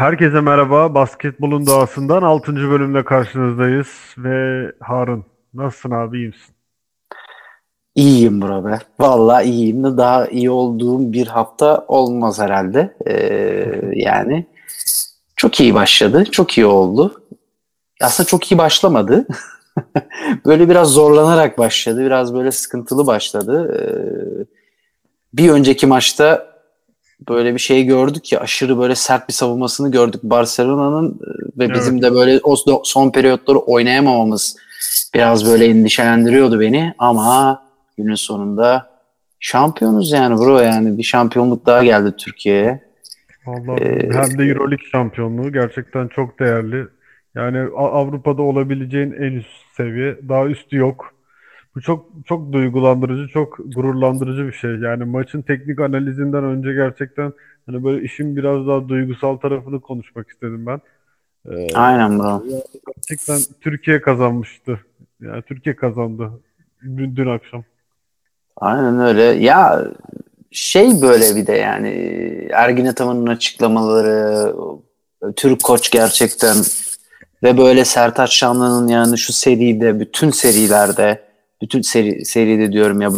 Herkese merhaba. Basketbolun doğasından 6. bölümle karşınızdayız. Ve Harun, nasılsın abi, iyi misin? İyiyim bro be. Vallahi iyiyim de daha iyi olduğum bir hafta olmaz herhalde. Yani çok iyi başladı. Çok iyi oldu. Aslında çok iyi başlamadı. Böyle biraz zorlanarak başladı. Biraz böyle sıkıntılı başladı. Bir önceki maçta böyle bir şey gördük ya, aşırı böyle sert bir savunmasını gördük Barcelona'nın, ve Evet. bizim de böyle o son periyotları oynayamamamız biraz böyle endişelendiriyordu beni, ama günün sonunda şampiyonuz yani bro, yani bir şampiyonluk daha geldi Türkiye'ye. Vallahi Ee, hem de Euroleague şampiyonluğu gerçekten çok değerli. Yani Avrupa'da olabileceğin en üst seviye. Daha üstü yok. Bu çok çok duygulandırıcı, çok gururlandırıcı bir şey. Yani maçın teknik analizinden önce gerçekten hani böyle işin biraz daha duygusal tarafını konuşmak istedim ben. aynen bro. Yani gerçekten Türkiye kazanmıştı. Yani Türkiye kazandı dün akşam. Aynen öyle. Ya şey, böyle bir de yani Ergin Ataman'ın açıklamaları, Türk koç gerçekten. Ve böyle Sertaç Şanlı'nın yani şu seride, bütün serilerde, bütün seride diyorum ya,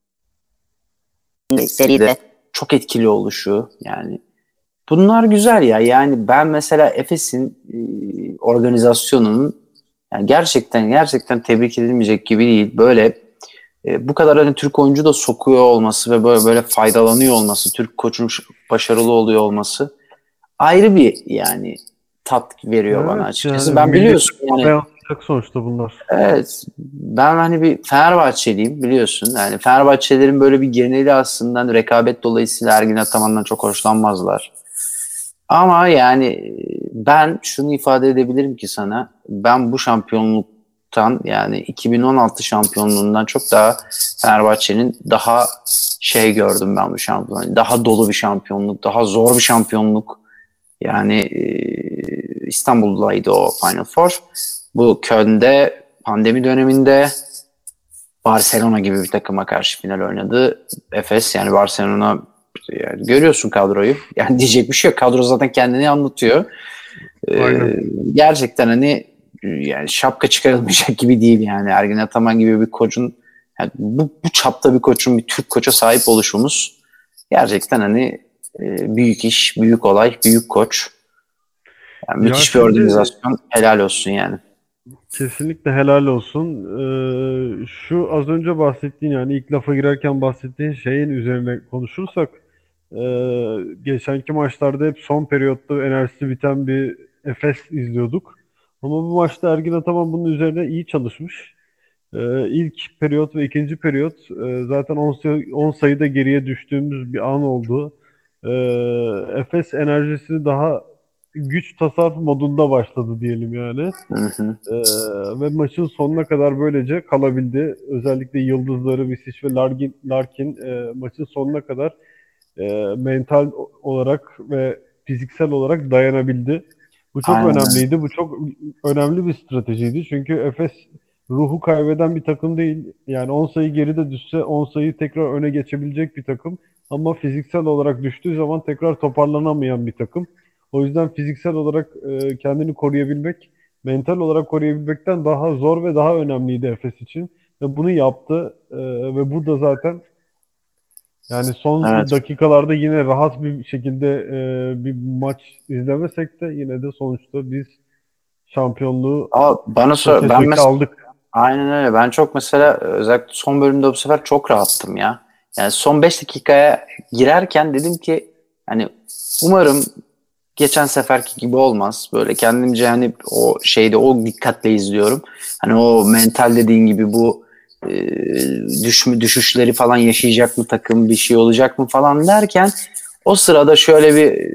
seride çok etkili oluşu yani. Bunlar güzel ya. Yani ben mesela Efes'in organizasyonunun, yani gerçekten tebrik edilmeyecek gibi değil. Böyle bu kadar hani Türk oyuncu da sokuyor olması ve böyle faydalanıyor olması, Türk koçun başarılı oluyor olması ayrı bir yani tat veriyor bana Evet, açıkçası. yani Ben milli biliyorsun takıma yani. yansıyacak sonuçta bunlar. Evet, ben hani bir Fenerbahçeliyim biliyorsun. Yani Fenerbahçelerin böyle bir geneli aslında hani rekabet dolayısıyla Ergin Ataman'dan çok hoşlanmazlar. Ama yani ben şunu ifade edebilirim ki sana, ben bu şampiyonluktan, yani 2016 şampiyonluğundan çok daha Fenerbahçe'nin daha şey gördüm ben bu şampiyonluğu. Daha dolu bir şampiyonluk, daha zor bir şampiyonluk. Yani İstanbul'daydı o Final Four. Bu Köln'de pandemi döneminde Barcelona gibi bir takıma karşı final oynadı. Efes, yani Barcelona, yani görüyorsun kadroyu. Yani diyecek bir şey yok. Kadro zaten kendini anlatıyor. Aynen. Ee, Gerçekten hani yani şapka çıkarılmayacak gibi değil yani. Ergin Ataman gibi bir koçun, yani bu çapta bir koçun, bir Türk koça sahip oluşumuz gerçekten hani büyük iş, büyük olay, büyük koç. Yani Ya müthiş bir şimdi organizasyon. Helal olsun yani. kesinlikle helal olsun. Şu az önce bahsettiğin, yani ilk lafa girerken bahsettiğin şeyin üzerine konuşursak, geçenki maçlarda hep son periyotta enerjisi biten bir Efes izliyorduk. Ama bu maçta Ergin Ataman bunun üzerine iyi çalışmış. İlk periyot ve ikinci periyot, zaten 10 sayıda geriye düştüğümüz bir an oldu. Efes enerjisini daha güç tasarruf modunda başladı diyelim yani. Hı hı. Ee, Ve maçın sonuna kadar böylece kalabildi. Özellikle yıldızları Visic ve Larkin maçın sonuna kadar mental olarak ve fiziksel olarak dayanabildi. Bu çok Aynen öyle. önemliydi. Bu çok önemli bir stratejiydi. Çünkü Efes ruhu kaybeden bir takım değil. Yani 10 sayı geride düşse 10 sayı tekrar öne geçebilecek bir takım. Ama fiziksel olarak düştüğü zaman tekrar toparlanamayan bir takım. O yüzden fiziksel olarak kendini koruyabilmek, mental olarak koruyabilmekten daha zor ve daha önemliydi Efes için. Ve bunu yaptı. Ve bu da zaten, yani son Evet. dakikalarda yine rahat bir şekilde bir maç izlemesek de yine de sonuçta biz şampiyonluğu Ama bana sor, söke ben söke mesela aldık. aynen öyle. Ben çok mesela özellikle son bölümde bu sefer çok rahattım ya. Yani son 5 dakikaya girerken dedim ki hani umarım geçen seferki gibi olmaz. Böyle kendimce hani o şeyde o dikkatle izliyorum. Hani o mental dediğin gibi bu düşüşleri falan yaşayacak mı takım, bir şey olacak mı falan derken o sırada şöyle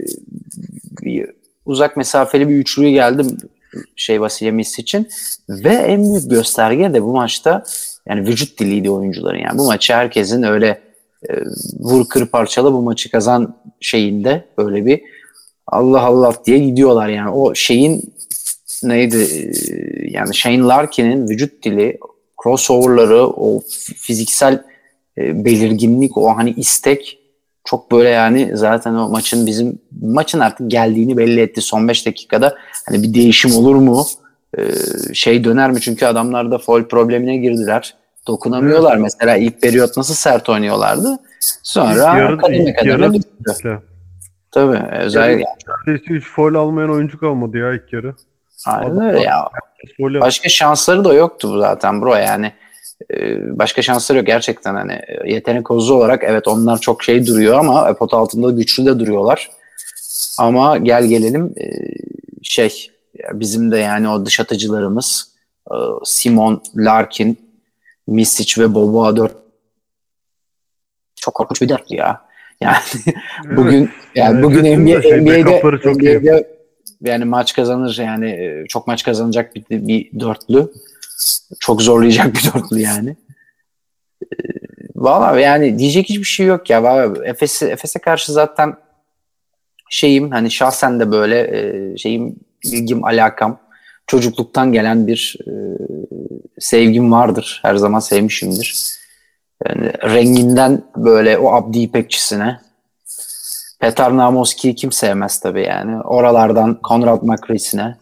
bir uzak mesafeli bir üçlüye geldim şey Vasilya için, ve en büyük gösterge de bu maçta yani vücut diliydi oyuncuların. Yani bu maçı herkesin öyle e, vur kır parçala bu maçı kazan şeyinde böyle bir Allah Allah diye gidiyorlar yani. O şeyin neydi, yani Shane Larkin'in vücut dili, crossover'ları, o fiziksel belirginlik, o hani istek, çok böyle yani zaten o maçın artık geldiğini belli etti son 5 dakikada. Hani bir değişim olur mu? Şey döner mi? Çünkü adamlar da foul problemine girdiler. Evet. Dokunamıyorlar. Mesela ilk periyot nasıl sert oynuyorlardı. İlk Sonra yarı kademe ilk kademe yarı bitti. işte. Tabii Yarı özellikle neredeyse hiç faul almayan oyuncu kalmadı ya ilk yarı. aynen öyle Adamlar ya. faul yaptı. Başka şansları da yoktu bu zaten bro yani. Başka şansları yok gerçekten hani yetenek havuzu olarak evet onlar çok şey duruyor ama pot altında güçlü de duruyorlar. Ama gel gelelim şey bizim de yani o dış atıcılarımız Simon, Larkin, Misic ve Boboa 4 çok korkunç bir dörtlü ya. Yani Evet. yani Yani bugün Efes'in de backup'ları çok iyi. NBA'de yani maç kazanır yani çok maç kazanacak bir dörtlü. Çok zorlayacak bir dörtlü yani. Valla yani diyecek hiçbir şey yok ya. Valla Efes'e karşı zaten şeyim hani şahsen de böyle şeyim ilgim alakam çocukluktan gelen bir sevgim vardır. Her zaman sevmişimdir. Yani renginden böyle o Abdi İpekçisine Petar Namoski'yi kim sevmez tabii yani. Oralardan Konrad McCreary'sine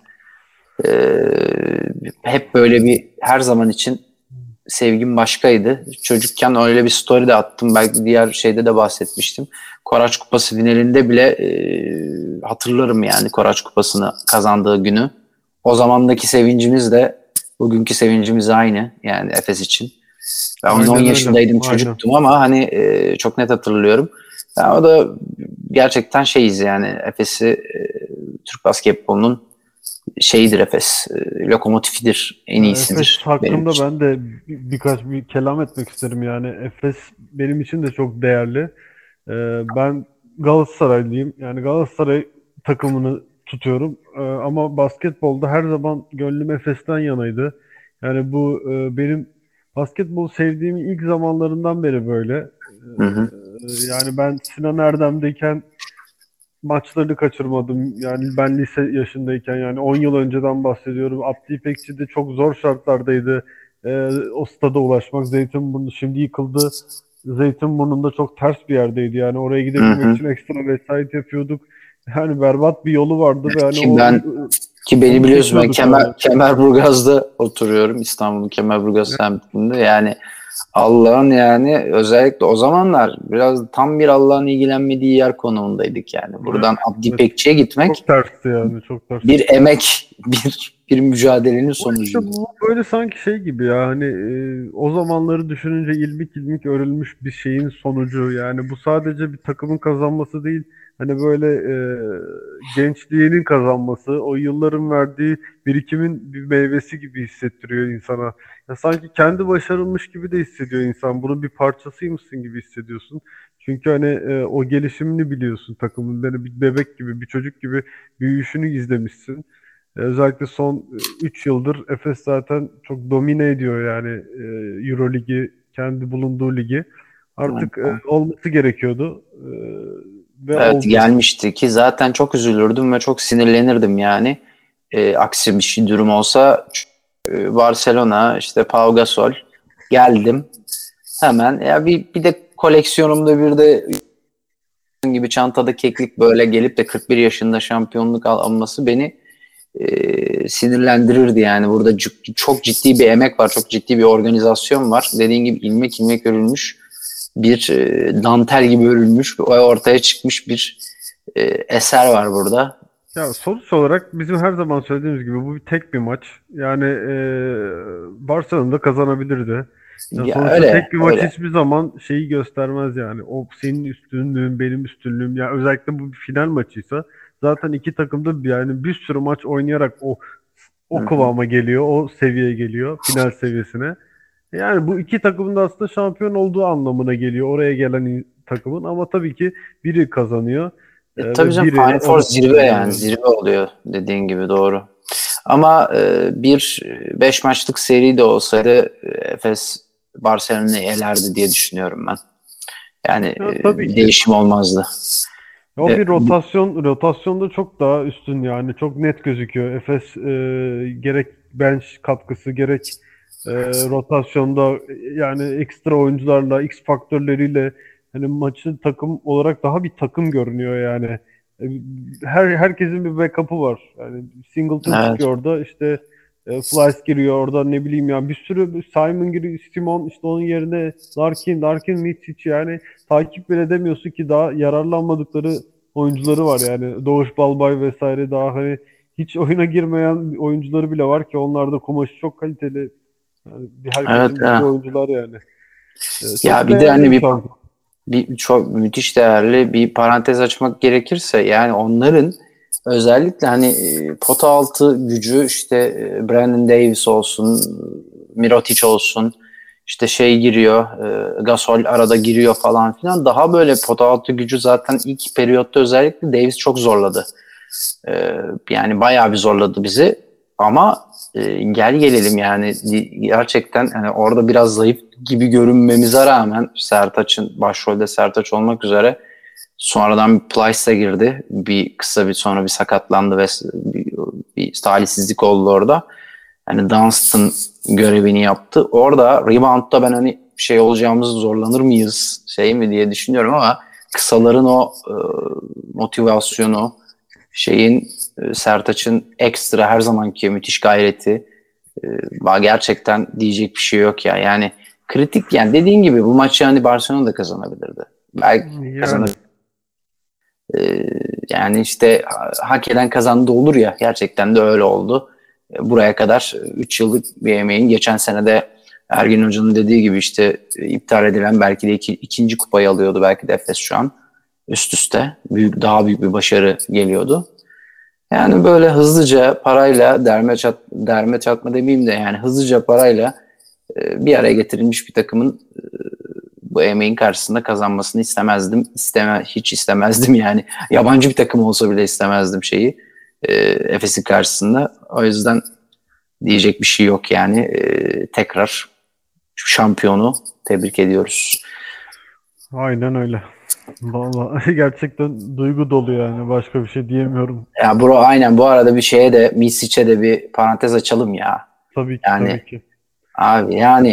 hep böyle bir her zaman için sevgim başkaydı. Çocukken öyle bir story de attım. Belki diğer şeyde de bahsetmiştim. Koraç Kupası finalinde bile hatırlarım yani Koraç Kupası'nı kazandığı günü. O zamandaki sevincimiz de bugünkü sevincimiz aynı. Yani Efes için. Ben 10 Aynen öyle. yaşındaydım, Aynen. çocuktum ama hani çok net hatırlıyorum. Ya o da gerçekten şeyiz yani Efes'i Türk basketbolunun şeyidir Efes. Lokomotifidir, en Ya Efes iyisidir benim hakkında için. ben de birkaç bir kelam etmek isterim yani. Efes benim için de çok değerli. Ben Galatasaraylıyım. Yani Galatasaray takımını tutuyorum. Ama basketbolda her zaman gönlüm Efes'ten yanaydı. Yani bu benim basketbol sevdiğim ilk zamanlarından beri böyle. Hı hı. Yani ben Sinan Erdem'deyken maçlarını kaçırmadım. Yani ben lise yaşındayken yani 10 yıl önceden bahsediyorum. Abdi İpekçi de çok zor şartlardaydı. O stada ulaşmak. Zeytinburnu şimdi yıkıldı. Zeytinburnu'nda çok ters bir yerdeydi. Yani oraya Hı gidebilmek hı. için ekstra vesait yapıyorduk. Yani berbat bir yolu vardı ve hani Ki ben beni onu biliyorsun ben çekiyorduk yani. Kemerburgaz'da oturuyorum. İstanbul'un Kemerburgaz semtinde. Yani Allah'ın yani özellikle o zamanlar biraz tam bir Allah'ın ilgilenmediği yer konumundaydık yani. Evet, Buradan Abdi evet. İpekçi'ye gitmek Çok tersti yani. Çok ters. bir emek, bir mücadelenin Bu işte sonucuydu. bu böyle sanki şey gibi ya hani o zamanları düşününce ilmik ilmik örülmüş bir şeyin sonucu yani bu sadece bir takımın kazanması değil hani böyle gençliğinin kazanması o yılların verdiği birikimin bir meyvesi gibi hissettiriyor insana. Ya sanki kendi başarılmış gibi de hissediyor insan bunun bir parçasıymışsın gibi hissediyorsun. Çünkü hani o gelişimini biliyorsun takımın yani bir bebek gibi bir çocuk gibi büyüyüşünü izlemişsin. Özellikle son 3 yıldır Efes zaten çok domine ediyor yani Euroligi, kendi bulunduğu ligi. Artık olması gerekiyordu ve Evet oldu. gelmişti ki zaten çok üzülürdüm ve çok sinirlenirdim yani. Aksi bir şey durum olsa Barcelona işte Pau Gasol geldim hemen ya bir de koleksiyonumda bir de gibi çantada keklik böyle gelip de 41 yaşında şampiyonluk alması beni sinirlendirirdi yani. Burada çok ciddi bir emek var, çok ciddi bir organizasyon var. Dediğin gibi ilmek ilmek örülmüş bir dantel gibi örülmüş ve ortaya çıkmış bir eser var burada. Ya sonuç olarak bizim her zaman söylediğimiz gibi bu bir tek bir maç. Yani Barcelona da kazanabilirdi. Ya Ya sonuçta öyle tek bir maç öyle. hiçbir zaman şeyi göstermez yani. O senin üstünlüğün, benim üstünlüğüm. Ya özellikle bu bir final maçıysa zaten iki takım da yani bir sürü maç oynayarak Hı o hı. kıvama geliyor, o seviyeye geliyor, final seviyesine. Yani bu iki takımın da aslında şampiyon olduğu anlamına geliyor oraya gelen takımın ama tabii ki biri kazanıyor Tabii ve canım biri Final o Four maçı zirve alıyor yani yani. zirve oluyor dediğin gibi doğru. Ama bir 5 maçlık seri de olsaydı Efes Barcelona'yı elerdi diye düşünüyorum ben. Yani Ya, tabii bir ki. değişim olmazdı. O E, bir rotasyonda çok daha üstün yani çok net gözüküyor. Efes gerek bench katkısı gerek rotasyonda yani ekstra oyuncularla X faktörleriyle hani maçı takım olarak daha bir takım görünüyor yani. E, herkesin bir backup'ı var. Yani Singleton Evet. çıkıyor orada, işte Flies giriyor orada, ne bileyim ya, bir sürü Simon giriyor, Simon, işte onun yerine Larkin, Mitic, yani takip bile edemiyorsun ki, daha yararlanmadıkları oyuncuları var yani. Doğuş Balbay vesaire, daha hani hiç oyuna girmeyen oyuncuları bile var ki onlar da kumaşı çok kaliteli. Yani Evet. herkesin bildiği Evet. oyuncular yani. Çok Ya bir de değerli hani bir bir şampiyon. bir çok müthiş değerli bir parantez açmak gerekirse yani onların özellikle hani pota altı gücü işte Brandon Davis olsun, Mirotic olsun, işte şey giriyor, Gasol arada giriyor falan filan, daha böyle pota altı gücü zaten ilk periyotta özellikle Davis çok zorladı. Yani bayağı bir zorladı bizi ama gel gelelim yani gerçekten hani orada biraz zayıf gibi görünmemize rağmen Sertaç'ın başrolde Sertaç olmak üzere sonradan bir Plyce'e girdi. Bir kısa bir sonra bir sakatlandı ve bir talihsizlik oldu orada. Yani Dunstan görevini yaptı. Orada rebound'da ben hani şey olacağımızı zorlanır mıyız şey mi diye düşünüyorum ama kısaların o motivasyonu şeyin Sertaç'ın ekstra her zamanki müthiş gayreti gerçekten diyecek bir şey yok ya. Yani kritik yani dediğin gibi bu maçı yani Barcelona da kazanabilirdi. Belki Yani kazanır. E, Yani işte hak eden kazandı olur ya, gerçekten de öyle oldu. Buraya kadar 3 yıllık bir emeğin geçen sene de Ergin Hoca'nın dediği gibi işte iptal edilen belki de ikinci kupayı alıyordu belki de Efes şu an üst üste. Daha büyük bir başarı geliyordu. Yani böyle hızlıca parayla derme çatma demeyeyim de yani hızlıca parayla bir araya getirilmiş bir takımın bu emeğin karşısında kazanmasını istemezdim. Hiç istemezdim yani. Yabancı bir takım olsa bile istemezdim şeyi. Efes'in karşısında. O yüzden diyecek bir şey yok yani. Tekrar şampiyonu tebrik ediyoruz. aynen öyle. Vallahi gerçekten duygu dolu yani. Başka bir şey diyemiyorum. Ya bro aynen, bu arada bir şeye de Misic'e de bir parantez açalım ya. Tabii ki, Yani tabii ki. abi yani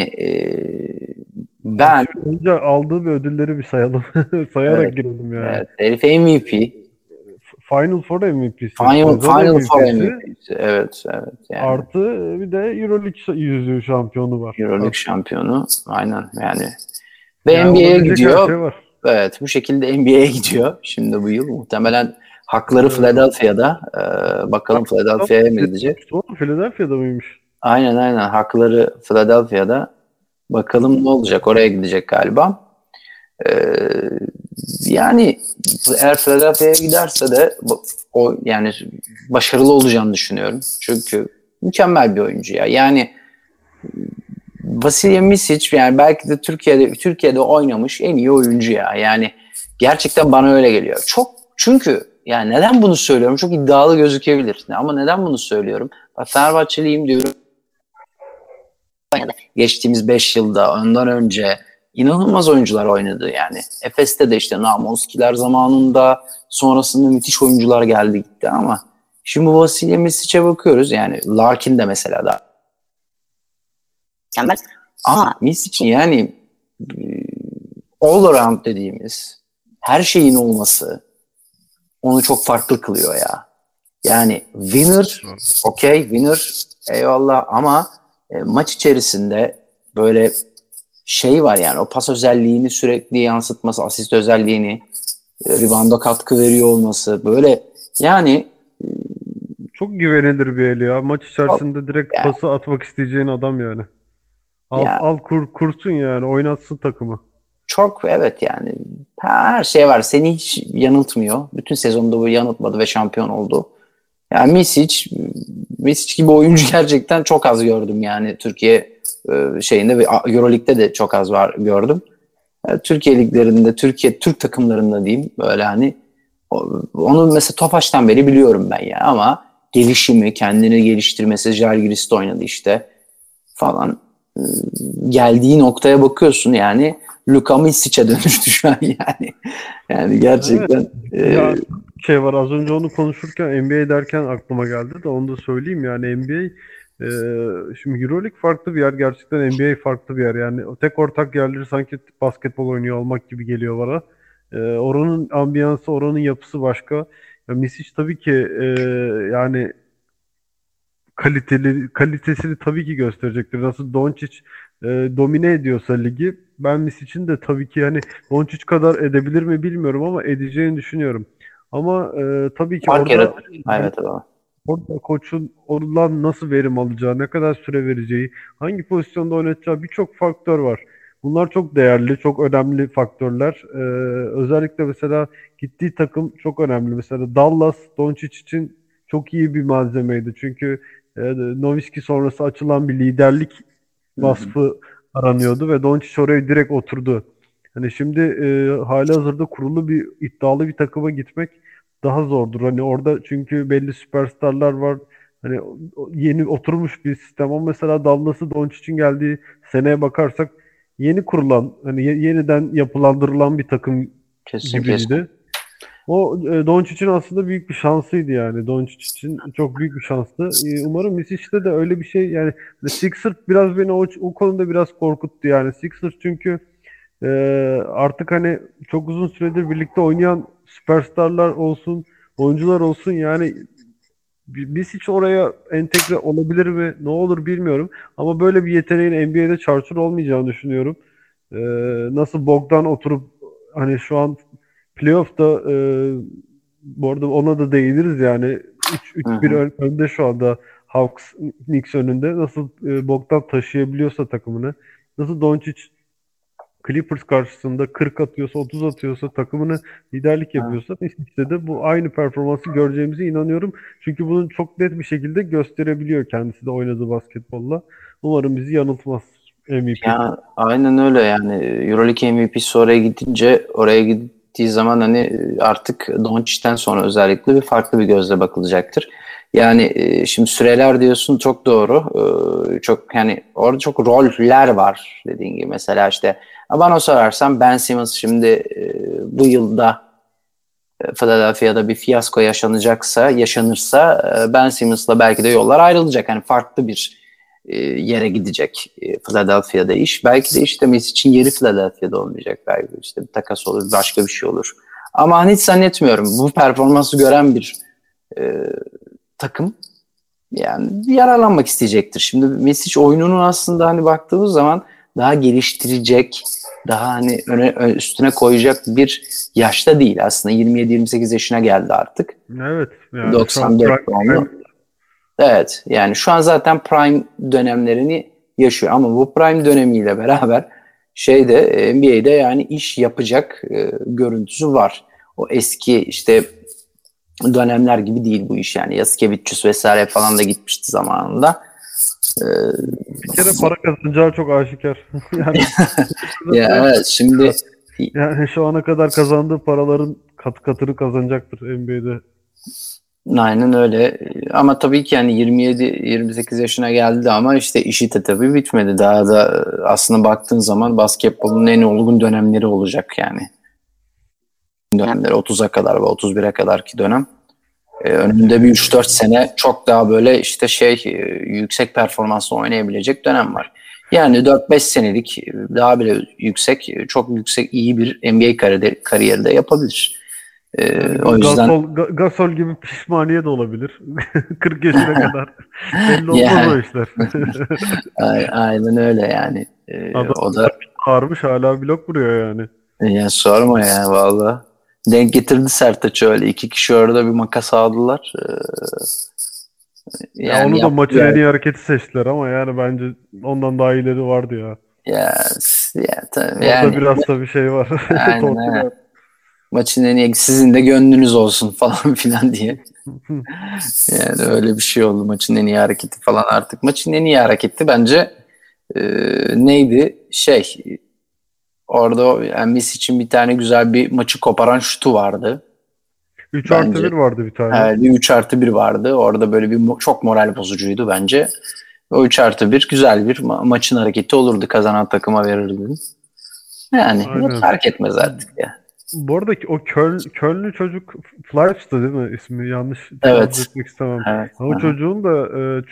ben Maç önce aldığı bir ödülleri bir sayalım. evet, Sayarak girelim yani. evet, herif MVP. Final Four MVP'si, sezon Final Four MVP'si, MVP'si. Evet, evet yani. artı bir de Euroleague yüzüğü şampiyonu var. Euroleague Artı. şampiyonu. Aynen yani. Ve Yani NBA'ye olabilecek her gidiyor. şey var. Evet, bu şekilde NBA'ye gidiyor. Şimdi bu yıl muhtemelen hakları Ee, Philadelphia'da. Bakalım Philadelphia'ya mı gidecek? Philadelphia'da mıymış? Aynen aynen, hakları Philadelphia'da. Bakalım ne olacak? Oraya gidecek galiba. Ee, Yani eğer Philadelphia'ya giderse de o yani başarılı olacağını düşünüyorum. Çünkü mükemmel bir oyuncu ya. Yani Vasilya Misic yani belki de Türkiye'de oynamış en iyi oyuncu ya. Yani gerçekten bana öyle geliyor. Çok, çünkü yani neden bunu söylüyorum? Çok iddialı gözükebilir. Ama neden bunu söylüyorum? Bak, Fenerbahçeliyim diyorum. Geçtiğimiz 5 yılda ondan önce inanılmaz oyuncular oynadı yani. Efes'te de işte Namonskiler zamanında, sonrasında müthiş oyuncular geldi gitti ama şimdi bu Vasilya Misic'e bakıyoruz yani, Larkin de mesela da mükemmel. Ama Misic yani e, all around dediğimiz her şeyin olması onu çok farklı kılıyor ya. Yani winner, okey, winner, eyvallah ama maç içerisinde böyle şey var yani, o pas özelliğini sürekli yansıtması, asist özelliğini, rebound'a katkı veriyor olması böyle yani Çok güvenilir bir el ya. Maç çok içerisinde direkt yani, pası atmak isteyeceğin adam yani. Al, ya al kursun yani. Oynatsın takımı. çok evet yani her şey var. Seni hiç yanıltmıyor. Bütün sezonda bu yanıltmadı ve şampiyon oldu. Yani Misic gibi oyuncu gerçekten çok az gördüm yani Türkiye şeyinde ve Euroleague'de de çok az var gördüm. Türkiye liglerinde, Türk takımlarında diyeyim böyle hani onu mesela Tofaş'tan beri biliyorum ben ya, ama gelişimi, kendini geliştirmesi, Žalgiris'te oynadı işte falan. Ee, Geldiği noktaya bakıyorsun yani, Luka Misic'e dönüştü şu an yani. Yani Evet. gerçekten Ya şey var, az önce onu konuşurken NBA derken aklıma geldi de onu da söyleyeyim yani. NBA Şimdi EuroLeague farklı bir yer, gerçekten NBA farklı bir yer. Yani o tek ortak yerleri sanki basketbol oynuyor olmak gibi geliyor bana. Oranın ambiyansı, oranın yapısı başka. Ya Misic tabii ki yani kalitesini tabii ki gösterecektir. Nasıl Doncic domine ediyorsa ligi, ben Misic'in de tabii ki hani Doncic kadar edebilir mi bilmiyorum ama edeceğini düşünüyorum. Ama tabii ki Fark orada yaratır. Evet, evet. orada koçun oradan nasıl verim alacağı, ne kadar süre vereceği, hangi pozisyonda oynatacağı birçok faktör var. Bunlar çok değerli, çok önemli faktörler. Özellikle mesela gittiği takım çok önemli. Mesela Dallas, Doncic için çok iyi bir malzemeydi. Çünkü Nowitzki sonrası açılan bir liderlik Hı hı. vasfı aranıyordu ve Doncic oraya direkt oturdu. Hani şimdi hali hazırda kurulu bir iddialı bir takıma gitmek daha zordur. Hani orada çünkü belli süperstarlar var. Hani yeni oturmuş bir sistem ama mesela Dallas'ı Doncic'in geldiği seneye bakarsak yeni kurulan, hani yeniden yapılandırılan bir takım Kesin kesin. gibiydi. O Doncic'in aslında büyük bir şansıydı yani. Doncic için çok büyük bir şanstı. Umarım Misic'te de öyle bir şey yani, Sixers biraz beni o konuda biraz korkuttu yani. Sixers çünkü e, artık hani çok uzun süredir birlikte oynayan süperstarlar olsun, oyuncular olsun yani, biz hiç oraya entegre olabilir mi? Ne olur bilmiyorum. Ama böyle bir yeteneğin NBA'de çarçur olmayacağını düşünüyorum. Ee, Nasıl Bogdan oturup hani şu an playoff'ta bu arada ona da değiniriz yani, Hı 3-1 hı. önde şu anda Hawks Knicks önünde. Nasıl Bogdan taşıyabiliyorsa takımını, nasıl Doncic Clippers karşısında 40 atıyorsa, 30 atıyorsa, takımını liderlik Hı. yapıyorsa, işte de bu aynı performansı göreceğimize inanıyorum. Çünkü bunu çok net bir şekilde gösterebiliyor kendisi de oynadığı basketbolla. Umarım bizi yanıltmaz MVP. Ya aynen öyle yani. EuroLeague MVP'si oraya gittiği zaman hani artık Doncic'ten sonra özellikle bir farklı bir gözle bakılacaktır. Yani şimdi süreler diyorsun, çok doğru. Çok yani orada çok roller var dediğin gibi. Mesela işte bana sorarsan Ben Simmons şimdi bu yılda Philadelphia'da bir fiyasko yaşanırsa Ben Simmons'la belki de yollar ayrılacak. Yani farklı bir yere gidecek Philadelphia'da iş. Belki de işte Messi için yeri Philadelphia'da olmayacak. Belki de işte bir takas olur, başka bir şey olur. Ama hani hiç zannetmiyorum. Bu performansı gören bir e, takım yani yararlanmak isteyecektir. Şimdi Messi oyununu aslında hani baktığımız zaman daha geliştirecek, daha hani üstüne koyacak bir yaşta değil aslında. 27-28 yaşına geldi artık. Evet yani şu an 94 doğumlu. Evet, yani şu an zaten prime dönemlerini yaşıyor ama bu prime dönemiyle beraber NBA'de yani iş yapacak görüntüsü var. O eski işte dönemler gibi değil bu iş yani. Yasikevicius vesaire falan da gitmişti zamanında. E, bir kere para kazanacağı çok aşikar. Yani Ya evet, şimdi yani şu ana kadar kazandığı paraların katını kazanacaktır NBA'de. aynen öyle. Ama tabii ki yani 27-28 yaşına geldi ama işte işi de tabii bitmedi. Daha da aslında baktığın zaman basketbolun en olgun dönemleri olacak yani. Dönemleri 30'a kadar ve 31'e kadarki dönem. Önünde bir 3-4 sene çok daha böyle işte yüksek performansla oynayabilecek dönem var. Yani 4-5 senelik daha bile yüksek, çok yüksek iyi bir NBA kariyeri de yapabilir. Yani O yüzden Gasol gibi pişmaniye de olabilir. 40 yaşına kadar. Belli olmaz o yani işler. aynen öyle yani. Adam O da ağarmış hala blok vuruyor yani. ya sorma yani valla. Denk getirdi Sertaç'ı öyle. İki kişi orada bir makas aldılar. Ya Yani onu da maçın en yaptı. iyi hareketi seçtiler ama yani bence ondan daha iyileri vardı ya. Ya, ya tabii Orada yani. biraz da bir şey var. Aynen Torpil ha. var. Maçın en iyi sizin de gönlünüz olsun falan filan diye. Yani öyle bir şey oldu. Maçın en iyi hareketi falan artık. Maçın en iyi hareketi bence e, neydi? Orada yani Messi için bir tane güzel bir maçı koparan şutu vardı. 3+1 Bence vardı bir tane. bir 3+1 vardı. Orada böyle bir çok moral bozucuydu bence. O 3+1 güzel bir maçın hareketi olurdu. Kazanan takıma verirdi. Yani Aynen. fark etmez artık ya. Bu arada o Kölnlü çocuk Fleisch'tı değil mi ismi? Yanlış telaffuz Evet. etmek istemem. Evet. O Aha. çocuğun da çok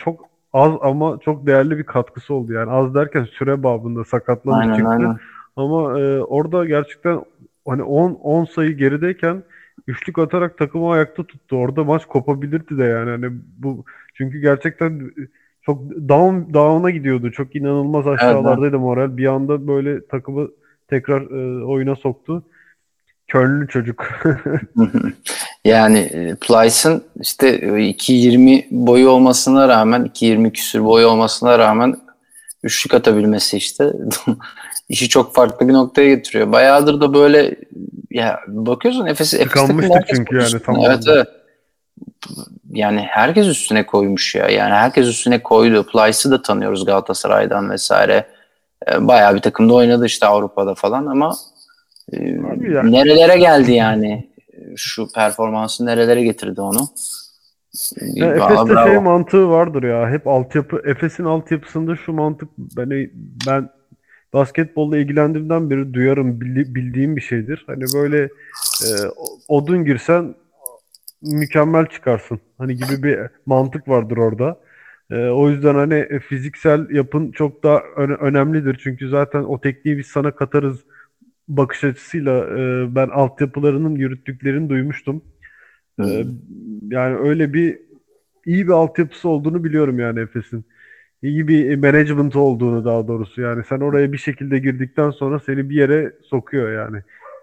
az ama çok değerli bir katkısı oldu. Yani az derken süre babında sakatlanıp Aynen, çıktı. aynen. Ama orada gerçekten hani 10 sayı gerideyken üçlük atarak takımı ayakta tuttu. Orada maç kopabilirdi de yani. Hani bu çünkü gerçekten çok down'a gidiyordu. Çok inanılmaz Evet, evet. aşağılardaydı moral. Bir anda böyle takımı tekrar oyuna soktu. Kölnlü çocuk. Hı hı. Yani Plyce'ın işte 2.20 boyu olmasına rağmen, 2.20 küsür boyu olmasına rağmen üçlük atabilmesi işte işi çok farklı bir noktaya getiriyor. Bayağıdır da böyle, ya bakıyorsun Efes takımında Tıkanmıştık herkes çünkü bunun yani üstüne. tam Evet, anda. evet. Yani herkes üstüne koymuş ya. Yani herkes üstüne koydu. Plyce'ı da tanıyoruz Galatasaray'dan vesaire. Bayağı bir takımda oynadı işte Avrupa'da falan ama e, Abi yani nerelere geldi yani? Şu performansı nerelere getirdi onu? ya Valla Efes'te şey bravo. mantığı vardır ya. Hep altyapı Efes'in altyapısında şu mantık ben basketbolla ilgilendiğimden beri duyarım bildiğim bir şeydir. Hani böyle odun girsen mükemmel çıkarsın. Hani gibi bir mantık vardır orada. O yüzden hani fiziksel yapın çok daha önemlidir. Çünkü zaten o tekniği biz sana katarız bakış açısıyla ben altyapılarının yürüttüklerini duymuştum. E, Hmm. Yani öyle iyi bir altyapısı olduğunu biliyorum yani Efes'in. İyi bir management olduğunu daha doğrusu. Yani sen oraya bir şekilde girdikten sonra seni bir yere sokuyor yani.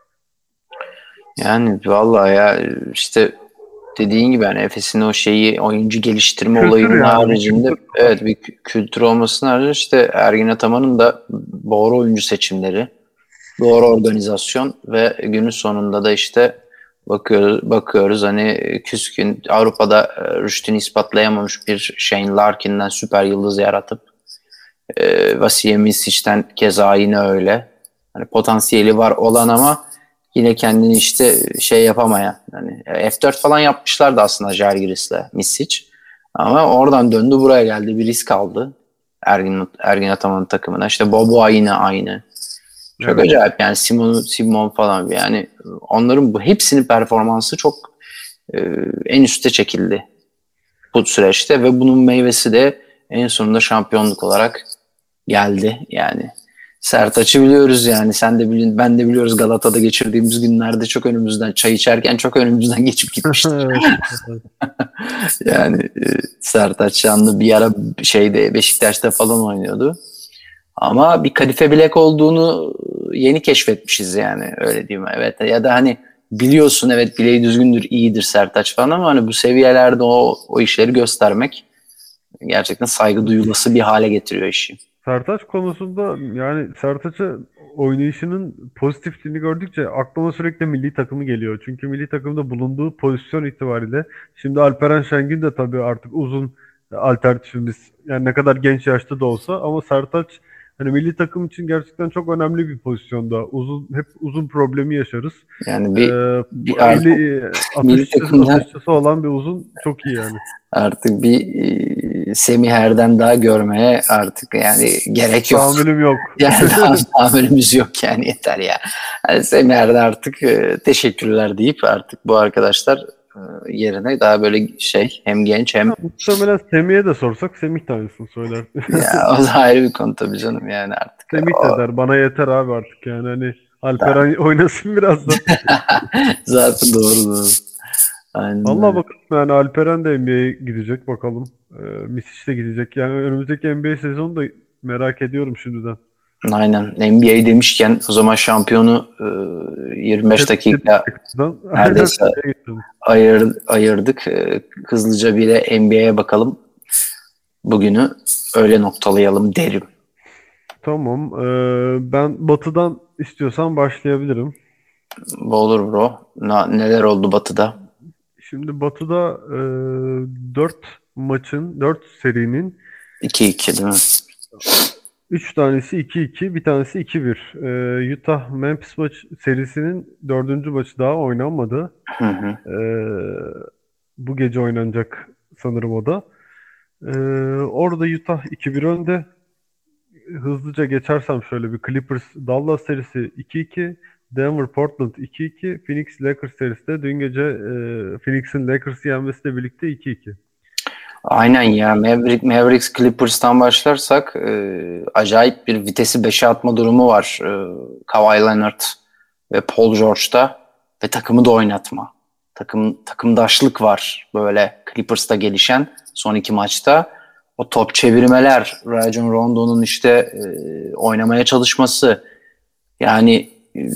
Yani vallahi ya işte dediğin gibi yani Efes'in o şeyi, oyuncu geliştirme Kültür olayının yani bir haricinde kültür evet var. bir kültür olmasının haricinde işte Ergin Ataman'ın da doğru oyuncu seçimleri, doğru organizasyon ve günün sonunda da işte bakıyoruz hani küskün Avrupa'da rüştünü ispatlayamamış bir Shane Larkin'den süper yıldız yaratıp Vasilya Misic'ten keza yine öyle. Hani potansiyeli var olan ama yine kendini işte şey yapamayan. Hani F4 falan yapmışlardı aslında Žalgiris'le Misic. Ama oradan döndü buraya geldi. Bir risk aldı. Ergin Ataman'ın takımına. İşte Bobo yine aynı. Çok Evet. acayip yani Simon falan yani onların bu hepsinin performansı çok e, en üste çekildi bu süreçte ve bunun meyvesi de en sonunda şampiyonluk olarak geldi yani. Sertaç'ı biliyoruz yani sen de bilin ben de biliyoruz Galata'da geçirdiğimiz günlerde çok önümüzden çay içerken çok önümüzden geçip gitmişti. Evet. Evet. Yani Sertaç Şanlı bir ara şeyde Beşiktaş'ta falan oynuyordu. Ama bir kadife bilek olduğunu yeni keşfetmişiz yani öyle diyeyim. Evet ya da hani biliyorsun evet bileği düzgündür, iyidir Sertaç falan ama hani bu seviyelerde o işleri göstermek gerçekten saygı duyulası bir hale getiriyor işi. Sertaç konusunda yani Sertaç'ı oynayışının pozitifliğini gördükçe aklıma sürekli milli takımı geliyor. Çünkü milli takımda bulunduğu pozisyon itibariyle şimdi Alperen Şengün de tabii artık uzun alternatifimiz. Yani ne kadar genç yaşta da olsa ama Sertaç hani milli takım için gerçekten çok önemli bir pozisyonda. Hep uzun problemi yaşarız. Yani bir artık Eli milli takımda atışçısı olan bir uzun çok iyi yani. artık bir Semih Erdem daha görmeye artık yani gerek yok. Tahammülüm yok. Yani daha tahammülümüz yok yani yeter ya. Yani Semih Erdem artık teşekkürler deyip artık bu arkadaşlar yerine daha böyle şey hem genç hem Ya, muhtemelen Semih'e de sorsak Semih de aynısını söyler. ya o da ayrı bir konu tabii canım yani artık. Semih de der bana yeter abi artık yani hani Alperen oynasın biraz da. Zaten doğru doğru. Aynen Vallahi öyle. bakalım yani Alperen de NBA'ye gidecek bakalım. Misic de gidecek. Yani önümüzdeki NBA sezonu da merak ediyorum şimdiden. Aynen. NBA demişken o zaman şampiyonu 25 Tebrik dakika ederim. Aynen neredeyse şeye getirdim. ayırdık. Hızlıca bir de NBA'ye bakalım. Bugünü öyle noktalayalım derim. Tamam. Ben Batı'dan istiyorsan başlayabilirim. Olur bro. Neler oldu Batı'da? Şimdi Batı'da 4 4 serinin 2-2 değil mi? 3 tanesi 2-2, bir tanesi 2-1. Utah Memphis serisinin dördüncü maçı daha oynanmadı. Hı hı. Ee, Bu gece oynanacak sanırım o da. Ee, Orada Utah 2-1 önde. Hızlıca geçersem şöyle bir Clippers Dallas serisi 2-2, Denver Portland 2-2, Phoenix Lakers serisi de dün gece Phoenix'in Lakers'ı yenmesiyle birlikte 2-2. Aynen ya, Mavericks Clippers'tan başlarsak acayip bir vitesi 5'e atma durumu var. Kawhi Leonard ve Paul George'da ve takımı da oynatma. Takımdaşlık var böyle Clippers'ta gelişen son iki maçta. O top çevirmeler, Rajon Rondo'nun işte oynamaya çalışması, yani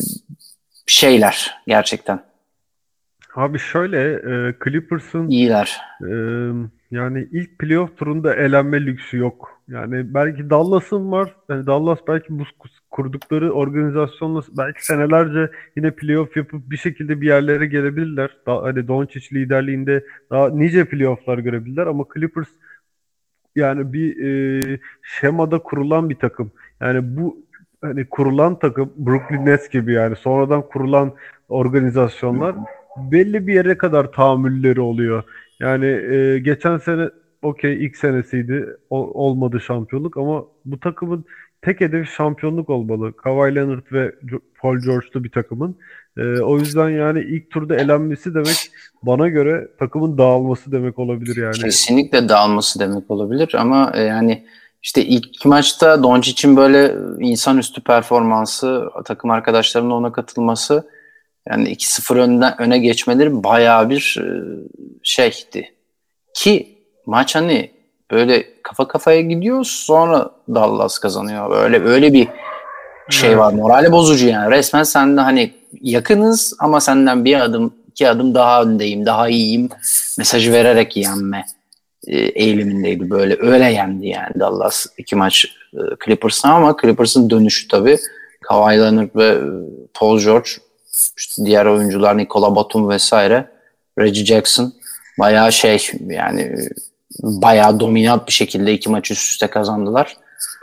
şeyler gerçekten Abi şöyle, Clippers'ın iyiler. e, yani ilk playoff turunda elenme lüksü yok. Yani belki Dallas'ın var. Yani Dallas belki bu kurdukları organizasyonla belki senelerce yine playoff yapıp bir şekilde bir yerlere gelebilirler. Hani Doncic liderliğinde daha nice playofflar görebilirler ama Clippers yani bir şemada kurulan bir takım. Yani bu hani kurulan takım Brooklyn Nets gibi, yani sonradan kurulan organizasyonlar belli bir yere kadar tahammülleri oluyor. Yani geçen sene okey ilk senesiydi, olmadı şampiyonluk ama bu takımın tek hedefi şampiyonluk olmalı. Kawhi Leonard ve Paul George'lu bir takımın. O yüzden yani ilk turda elenmesi demek bana göre takımın dağılması demek olabilir yani. Kesinlikle dağılması demek olabilir ama yani işte ilk iki maçta Doncic'in böyle insanüstü performansı, takım arkadaşlarının ona katılması, yani 2-0 öne geçmeleri bayağı bir şeydi. Ki maç hani böyle kafa kafaya gidiyor, sonra Dallas kazanıyor. Öyle bir şey var. Evet. Morali bozucu yani. Resmen sen de hani yakınız ama senden bir adım, iki adım daha öndeyim, daha iyiyim mesajı vererek yenme eğilimindeydi. Böyle öyle yendi yani Dallas iki maç Clippers'a, ama Clippers'ın dönüşü tabii Kawhi Leonard ve Paul George, işte diğer oyuncular Nikola Batum vesaire, Reggie Jackson bayağı şey yani bayağı dominant bir şekilde iki maç üst üste kazandılar.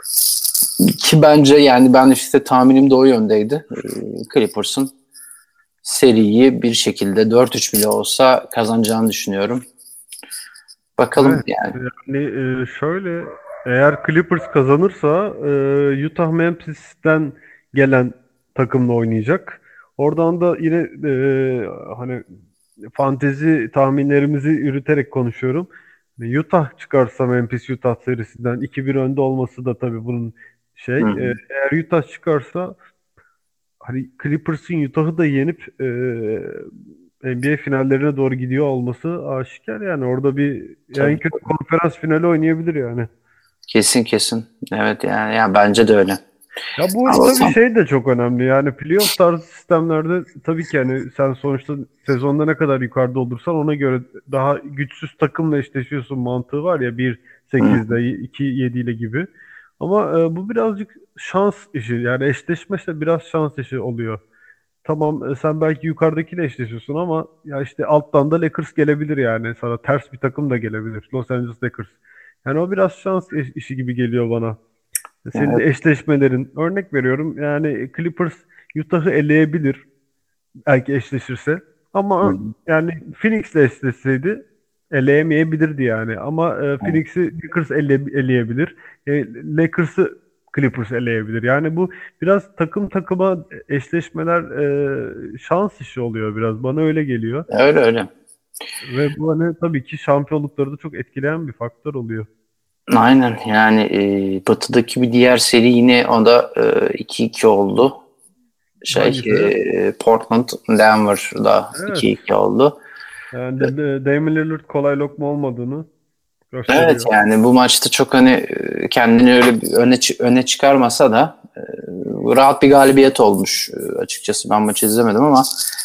Ki bence yani ben işte tahminim de o yöndeydi. Clippers'ın seriyi bir şekilde 4-3 bile olsa kazanacağını düşünüyorum. Bakalım Evet. yani. Yani şöyle, eğer Clippers kazanırsa Utah Memphis'ten gelen takımla oynayacak. Oradan da yine hani fantezi tahminlerimizi yürüterek konuşuyorum. Utah çıkarsa Memphis Utah serisinden 2-1 önde olması da tabii bunun şey. Hı hı. Eğer Utah çıkarsa hani Clippers'ın Utah'ı da yenip NBA finallerine doğru gidiyor olması aşikar, yani orada bir en Tabii. kötü konferans finali oynayabilir yani. Kesin kesin. Evet yani ya bence de öyle. Ya bu Ama tabii bakalım. şey de çok önemli, yani playoff tarzı sistemlerde tabii ki yani sen sonuçta sezonda ne kadar yukarıda olursan ona göre daha güçsüz takımla eşleşiyorsun mantığı var ya, bir Hı hı. 8'de 2-7 ile gibi. Ama bu birazcık şans işi, yani eşleşme işte biraz şans işi oluyor. Tamam, sen belki yukarıdakiyle eşleşiyorsun ama ya işte alttan da Lakers gelebilir, yani sana ters bir takım da gelebilir. Los Angeles Lakers. Yani o biraz şans işi gibi geliyor bana. Senin Evet. eşleşmelerin, örnek veriyorum yani Clippers Utah'ı eleyebilir belki eşleşirse, Hı ama hı. yani Phoenix'le eşleşseydi eleyemeyebilirdi yani, ama Evet. Phoenix'i Lakers eleyebilir. Lakers'ı Clippers eleyebilir. Yani bu biraz takım takıma eşleşmeler şans işi oluyor biraz. Bana öyle geliyor. Öyle öyle. Ve bu hani tabii ki şampiyonlukları da çok etkileyen bir faktör oluyor. Aynen yani Batı'daki bir diğer seri yine o da 2-2 oldu. Hangisi? Portland Denver'da Evet. 2-2 oldu. Yani Damian Lillard kolay lokma olmadığını Evet gösteriyor. yani bu maçta çok hani kendini öyle bir öne çıkarmasa da rahat bir galibiyet olmuş. Açıkçası ben maçı izlemedim ama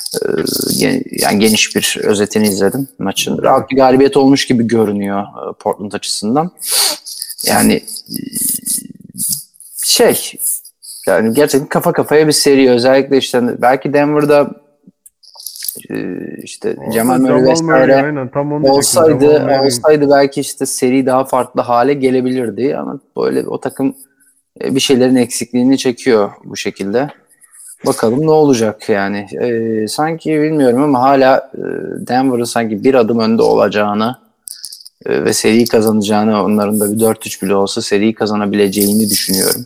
yani geniş bir özetini izledim maçın. Evet. Rahat bir galibiyet olmuş gibi görünüyor Portland açısından. Yani şey yani gerçekten kafa kafaya bir seri. Özellikle işte belki Denver'da işte Jamal Orada Murray Jamal Murray, vesaire aynen tam onu diyecektim. Jamal Murray. olsaydı belki işte seri daha farklı hale gelebilirdi ama böyle o takım bir şeylerin eksikliğini çekiyor bu şekilde. Bakalım ne olacak yani. Sanki bilmiyorum ama hala Denver'ın sanki bir adım önde olacağını ve seriyi kazanacağını, onların da bir 4-3 bile olsa seriyi kazanabileceğini düşünüyorum.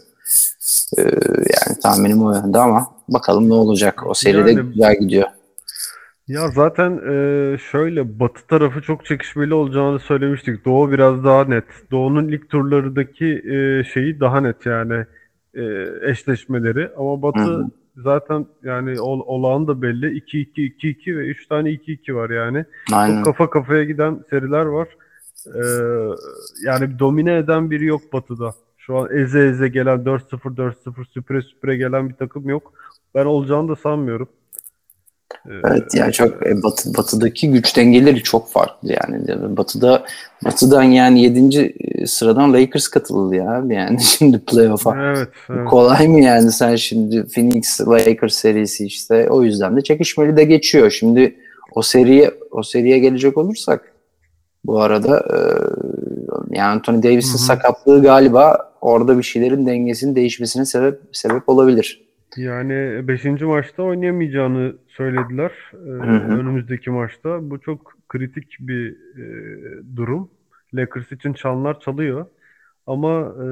Yani tahminim o yönde ama bakalım ne olacak. O seride Yani güzel gidiyor. Ya zaten şöyle Batı tarafı çok çekişmeli olacağını söylemiştik. Doğu biraz daha net. Doğu'nun lig turlarındaki şeyi daha net yani eşleşmeleri. Ama Hı Batı hı. zaten yani olağan da belli. 2-2, 2-2 ve 3 tane 2-2 var yani. Çok Aynen. kafa kafaya giden seriler var. E, Yani domine eden biri yok Batı'da. Şu an eze eze gelen 4-0, 4-0 süpüre süpüre gelen bir takım yok. Ben olacağını da sanmıyorum. Evet yani E, çok batıdaki güç dengeleri çok farklı yani. Batıdan yani yedinci sıradan Lakers katıldı ya abi yani şimdi playoff'a. Evet, evet. Kolay mı yani sen şimdi Phoenix Lakers serisi işte o yüzden de çekişmeli de geçiyor. Şimdi o seriye gelecek olursak bu arada yani Anthony Hı Davis'in hı. sakatlığı galiba orada bir şeylerin dengesinin değişmesine sebep olabilir. Yani beşinci maçta oynayamayacağını söylediler. Hı hı. Önümüzdeki maçta. Bu çok kritik bir durum. Lakers için çanlar çalıyor. Ama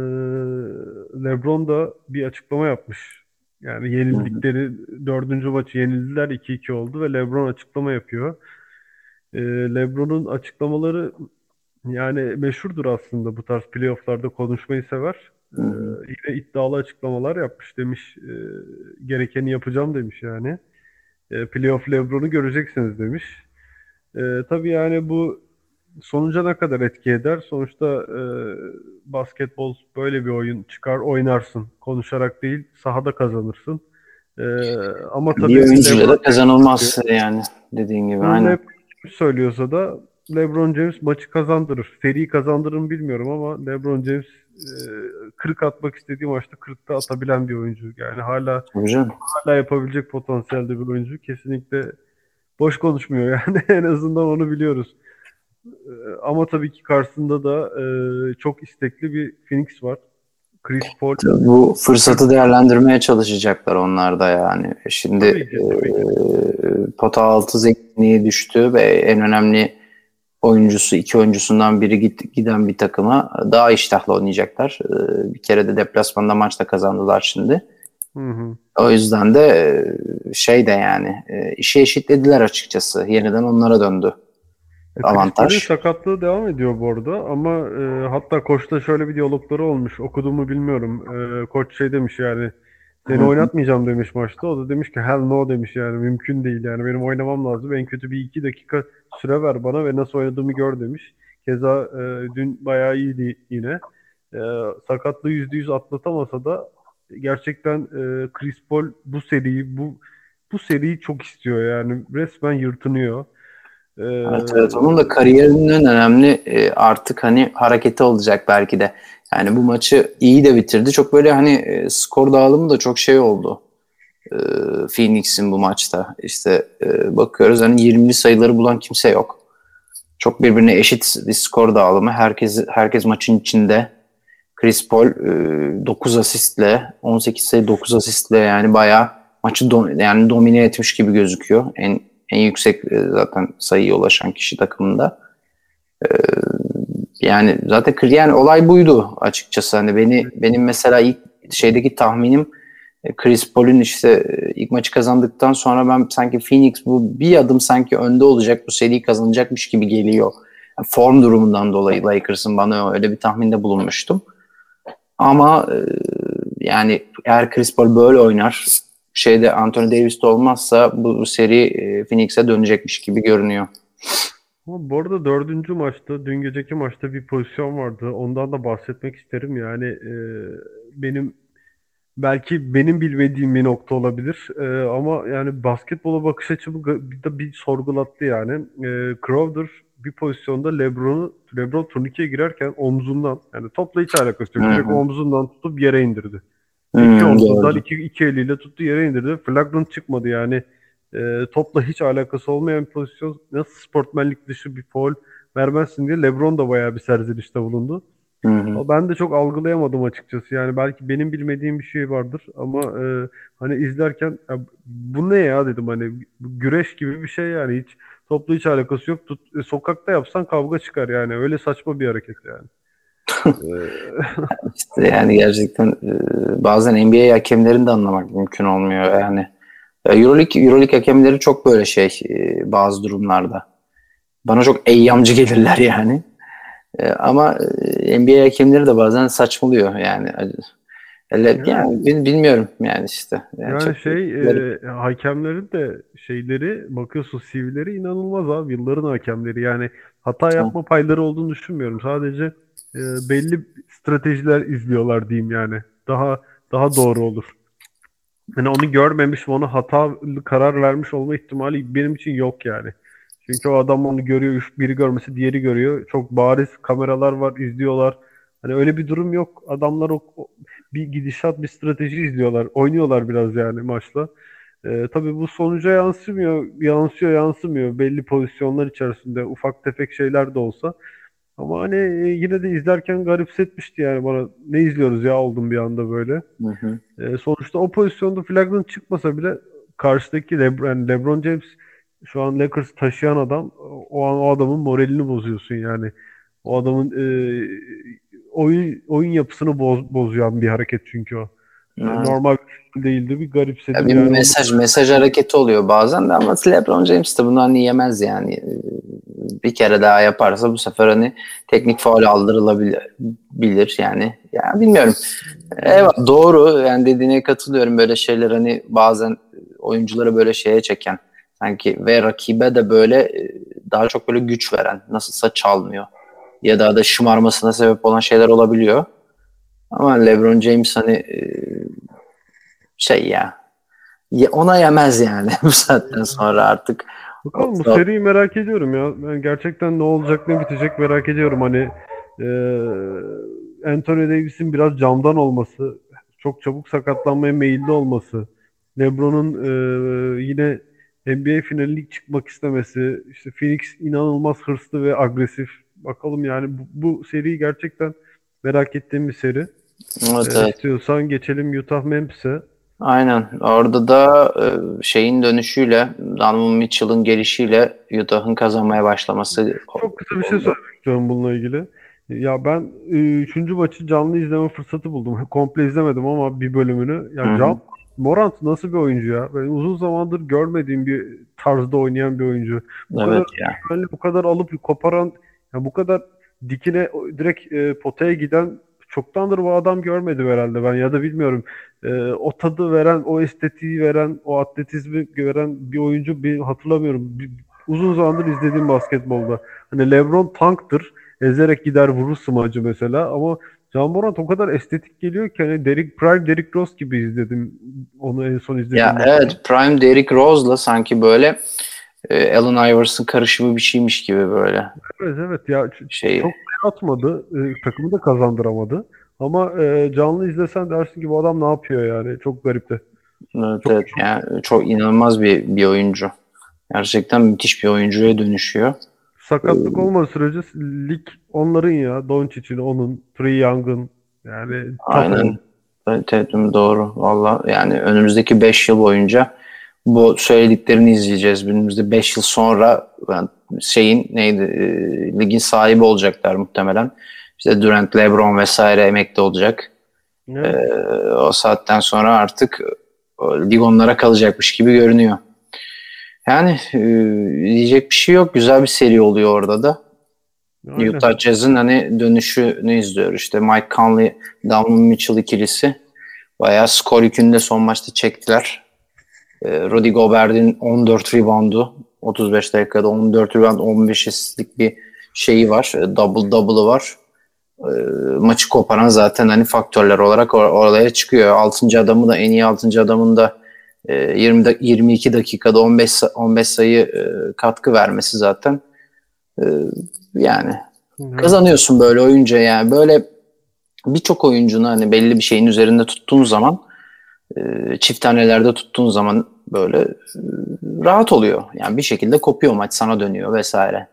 LeBron da bir açıklama yapmış. Yani Hı hı. yenildikleri dördüncü maçı yenildiler, 2-2 oldu ve LeBron açıklama yapıyor. LeBron'un açıklamaları yani meşhurdur aslında, bu tarz playofflarda konuşmayı sever. Hı hı. Yine iddialı açıklamalar yapmış, demiş. Gerekeni yapacağım demiş yani. Playoff LeBron'u göreceksiniz demiş. Tabii yani bu sonuca ne kadar etki eder? Sonuçta basketbol böyle bir oyun, çıkar oynarsın. Konuşarak değil, sahada kazanırsın. E, Ama Bir tabii oyuncuyla LeBron da kazanılmaz yani dediğin gibi bunu aynen. LeBron James söylüyorsa da LeBron James maçı kazandırır. Seriyi kazandırır mı bilmiyorum ama LeBron James 40 atmak istediği maçta 40'ta atabilen bir oyuncu. Yani Tabii canım. hala yapabilecek potansiyelde bir oyuncu. Kesinlikle boş konuşmuyor yani en azından onu biliyoruz. Ama tabii ki karşısında da çok istekli bir Phoenix var. Chris Paul Bu fırsatı 40 değerlendirmeye çalışacaklar onlar da yani. Şimdi tabii ki tabii ki. pota altı zenginliği düştü ve en önemli iki oyuncusundan biri giden bir takıma daha iştahlı oynayacaklar. Bir kere de deplasmanda maçta kazandılar şimdi. Hı hı. O yüzden de şey de yani işi eşitlediler açıkçası. Yeniden onlara döndü Chris Paul'ün avantaj. sakatlığı devam ediyor bu arada ama hatta koçla şöyle bir diyalogları olmuş. Okuduğumu bilmiyorum. Koç şey demiş yani, Hı seni hı. oynatmayacağım demiş maçta. O da demiş ki hell no demiş, yani mümkün değil, yani benim oynamam lazım. En kötü bir iki dakika süre ver bana ve nasıl oynadığımı gör demiş. Keza dün bayağı iyiydi yine. E, Sakatlığı %100 atlatamasa da gerçekten Chris Paul bu seriyi çok istiyor, yani resmen yırtınıyor. Evet, evet. Onun da kariyerinin en önemli artık hani hareketi olacak belki de. Yani bu maçı iyi de bitirdi. Çok böyle hani skor dağılımı da çok şey oldu. E, Phoenix'in bu maçta. İşte bakıyoruz hani 20'li sayıları bulan kimse yok. Çok birbirine eşit bir skor dağılımı. Herkes maçın içinde. Chris Paul 9 asistle 18 sayı 9 asistle yani bayağı maçı yani domine etmiş gibi gözüküyor. En yüksek zaten sayıya ulaşan kişi takımında. Yani zaten yani olay buydu açıkçası. Hani benim mesela ilk şeydeki tahminim Chris Paul'ün işte ilk maçı kazandıktan sonra ben sanki Phoenix bu bir adım sanki önde olacak, bu seriyi kazanacakmış gibi geliyor. Yani form durumundan dolayı Lakers'ın bana öyle bir tahminde bulunmuştum. Ama yani eğer Chris Paul böyle oynar, şeyde Anthony Davis de olmazsa bu seri Phoenix'e dönecekmiş gibi görünüyor. Ama bu arada dördüncü maçta, dün geceki maçta bir pozisyon vardı. Ondan da bahsetmek isterim. Yani benim belki benim bilmediğim bir nokta olabilir. Ama yani basketbola bakış açımı bir sorgulattı yani. Crowder bir pozisyonda LeBron turnikeye girerken omzundan, yani topla hiç alakası Hı yok, direkt hı. omzundan tutup yere indirdi. İki omzundan Gördüm. iki eliyle tuttu, yere indirdi. Flagrant çıkmadı yani. Topla hiç alakası olmayan bir pozisyon. Nasıl sportmenlik dışı bir faul vermezsin diye LeBron da bayağı bir serzenişte bulundu. Hı hı. Ama ben de çok algılayamadım açıkçası. Yani belki benim bilmediğim bir şey vardır ama hani izlerken ya, bu ne ya dedim, hani bu güreş gibi bir şey yani, hiç topla hiç alakası yok. Sokakta yapsan kavga çıkar yani, öyle saçma bir hareket yani. İşte yani gerçekten bazen NBA hakemlerini de anlamak mümkün olmuyor yani. Euroleague hakemleri çok böyle bazı durumlarda. Bana çok eyyamcı gelirler yani. Ama NBA hakemleri de bazen saçmalıyor yani. Yani, Yani bilmiyorum yani işte. Yani yani çok garip. hakemlerin de şeyleri bakıyorsun CV'leri inanılmaz abi. Yılların hakemleri yani hata yapma payları olduğunu düşünmüyorum. Sadece belli stratejiler izliyorlar diyeyim yani. Daha doğru olur. Hani onu görmemiş ve ona hatalı karar vermiş olma ihtimali benim için yok yani. Çünkü o adam onu görüyor, biri görmesi diğeri görüyor. Çok bariz kameralar var, izliyorlar. Hani öyle bir durum yok. Adamlar bir gidişat, bir strateji izliyorlar. Oynuyorlar biraz yani maçla. Tabii bu sonuca yansımıyor, yansımıyor. Belli pozisyonlar içerisinde ufak tefek şeyler de olsa. Ama hani yine de izlerken garipsetmişti yani bana. Ne izliyoruz ya oldum bir anda böyle. Hı hı. Sonuçta o pozisyonda flagran çıkmasa bile karşıdaki yani LeBron James şu an Lakers taşıyan adam, o an o adamın moralini bozuyorsun yani. O adamın oyun yapısını bozuyan bir hareket çünkü o. Evet. Normal bir şey değildi. Bir Ya garipsedim bir yani. Onu mesaj hareketi oluyor bazen de ama LeBron James de bundan yemez yani. Bir kere daha yaparsa bu sefer hani teknik faul aldırılabilir yani. Ya bilmiyorum. Evet, evet. doğru yani dediğine katılıyorum, böyle şeyler hani bazen oyuncuları böyle şeye çeken sanki ve rakibe de böyle daha çok böyle güç veren, nasılsa çalmıyor ya da şımarmasına sebep olan şeyler olabiliyor. Ama LeBron James hani şey ya, ona yemez yani bu saatten sonra artık. Bakalım bu seriyi merak ediyorum ya. Ben gerçekten ne olacak ne bitecek merak ediyorum. Hani Anthony Davis'in biraz camdan olması, çok çabuk sakatlanmaya meyilli olması, LeBron'un yine NBA finaline çıkmak istemesi, işte Phoenix inanılmaz hırslı ve agresif. Bakalım yani bu seriyi gerçekten merak ettiğim bir seri. Evet, evet. İstiyorsan geçelim Utah Memphis'e. Aynen. Orada da şeyin dönüşüyle, Donovan Mitchell'ın gelişiyle Utah'ın kazanmaya başlaması Çok kısa bir şey oldu. söylemek istiyorum bununla ilgili. Ya ben üçüncü maçı canlı izleme fırsatı buldum. Komple izlemedim ama bir bölümünü. Hı Ya hı. Morant nasıl bir oyuncu ya? Ben uzun zamandır görmediğim bir tarzda oynayan bir oyuncu. Bu kadar Evet ya. güvenli, bu kadar alıp koparan, ya bu kadar dikine direkt potaya giden çoktandır bu adam görmedim herhalde ben ya da bilmiyorum. O tadı veren, o estetiği veren, o atletizmi veren bir oyuncu bir hatırlamıyorum. Uzun zamandır izlediğim basketbolda. Hani LeBron tanktır. Ezerek gider vurur smacı mesela ama Ja Morant o kadar estetik geliyor ki hani Prime Derrick Rose gibi izledim onu en son izlediğim Ya maçta. evet, Prime Derrick Rose'la sanki böyle Allen Iverson karışımı bir şeymiş gibi böyle Evet, evet ya şey. çok sayı atmadı. Takımı da kazandıramadı. Ama canlı izlesen dersin ki bu adam ne yapıyor yani. Çok garipti. Evet, Çok evet. Yani çok inanılmaz bir oyuncu. Gerçekten müthiş bir oyuncuya dönüşüyor. E, sakatlık olmadığı sürece lig onların ya. Doncic'in, onun, Trae Young'ın yani Aynen. Tatum'un. Evet, evet, doğru. Valla yani önümüzdeki 5 yıl boyunca bu söylediklerini izleyeceğiz. Önümüzde 5 yıl sonra ben ligin sahibi olacaklar muhtemelen. İşte Durant, LeBron vesaire emekli olacak. E, Evet. O saatten sonra artık lig onlara kalacakmış gibi görünüyor. Yani diyecek bir şey yok. Güzel bir seri oluyor orada da. Aynen. Utah Jazz'ın hani dönüşünü izliyoruz. İşte Mike Conley, Donovan Mitchell ikilisi bayağı skor yükünü de son maçta çektiler. Rudy Gobert'in 14 reboundu, 35 dakikada 14 rebound, 15 asistlik bir şeyi var. Double double'ı var. E, Maçı koparan zaten hani faktörler olarak oraya çıkıyor. 6. adamı da, en iyi 6. adamın da 22 dakikada 15 sayı katkı vermesi zaten. E, Yani Evet. kazanıyorsun böyle oyuncu, yani böyle birçok oyuncunu hani belli bir şeyin üzerinde tuttuğun zaman, çift tanelerde tuttuğun zaman böyle rahat oluyor. Yani bir şekilde kopuyor, maç sana dönüyor vesaire.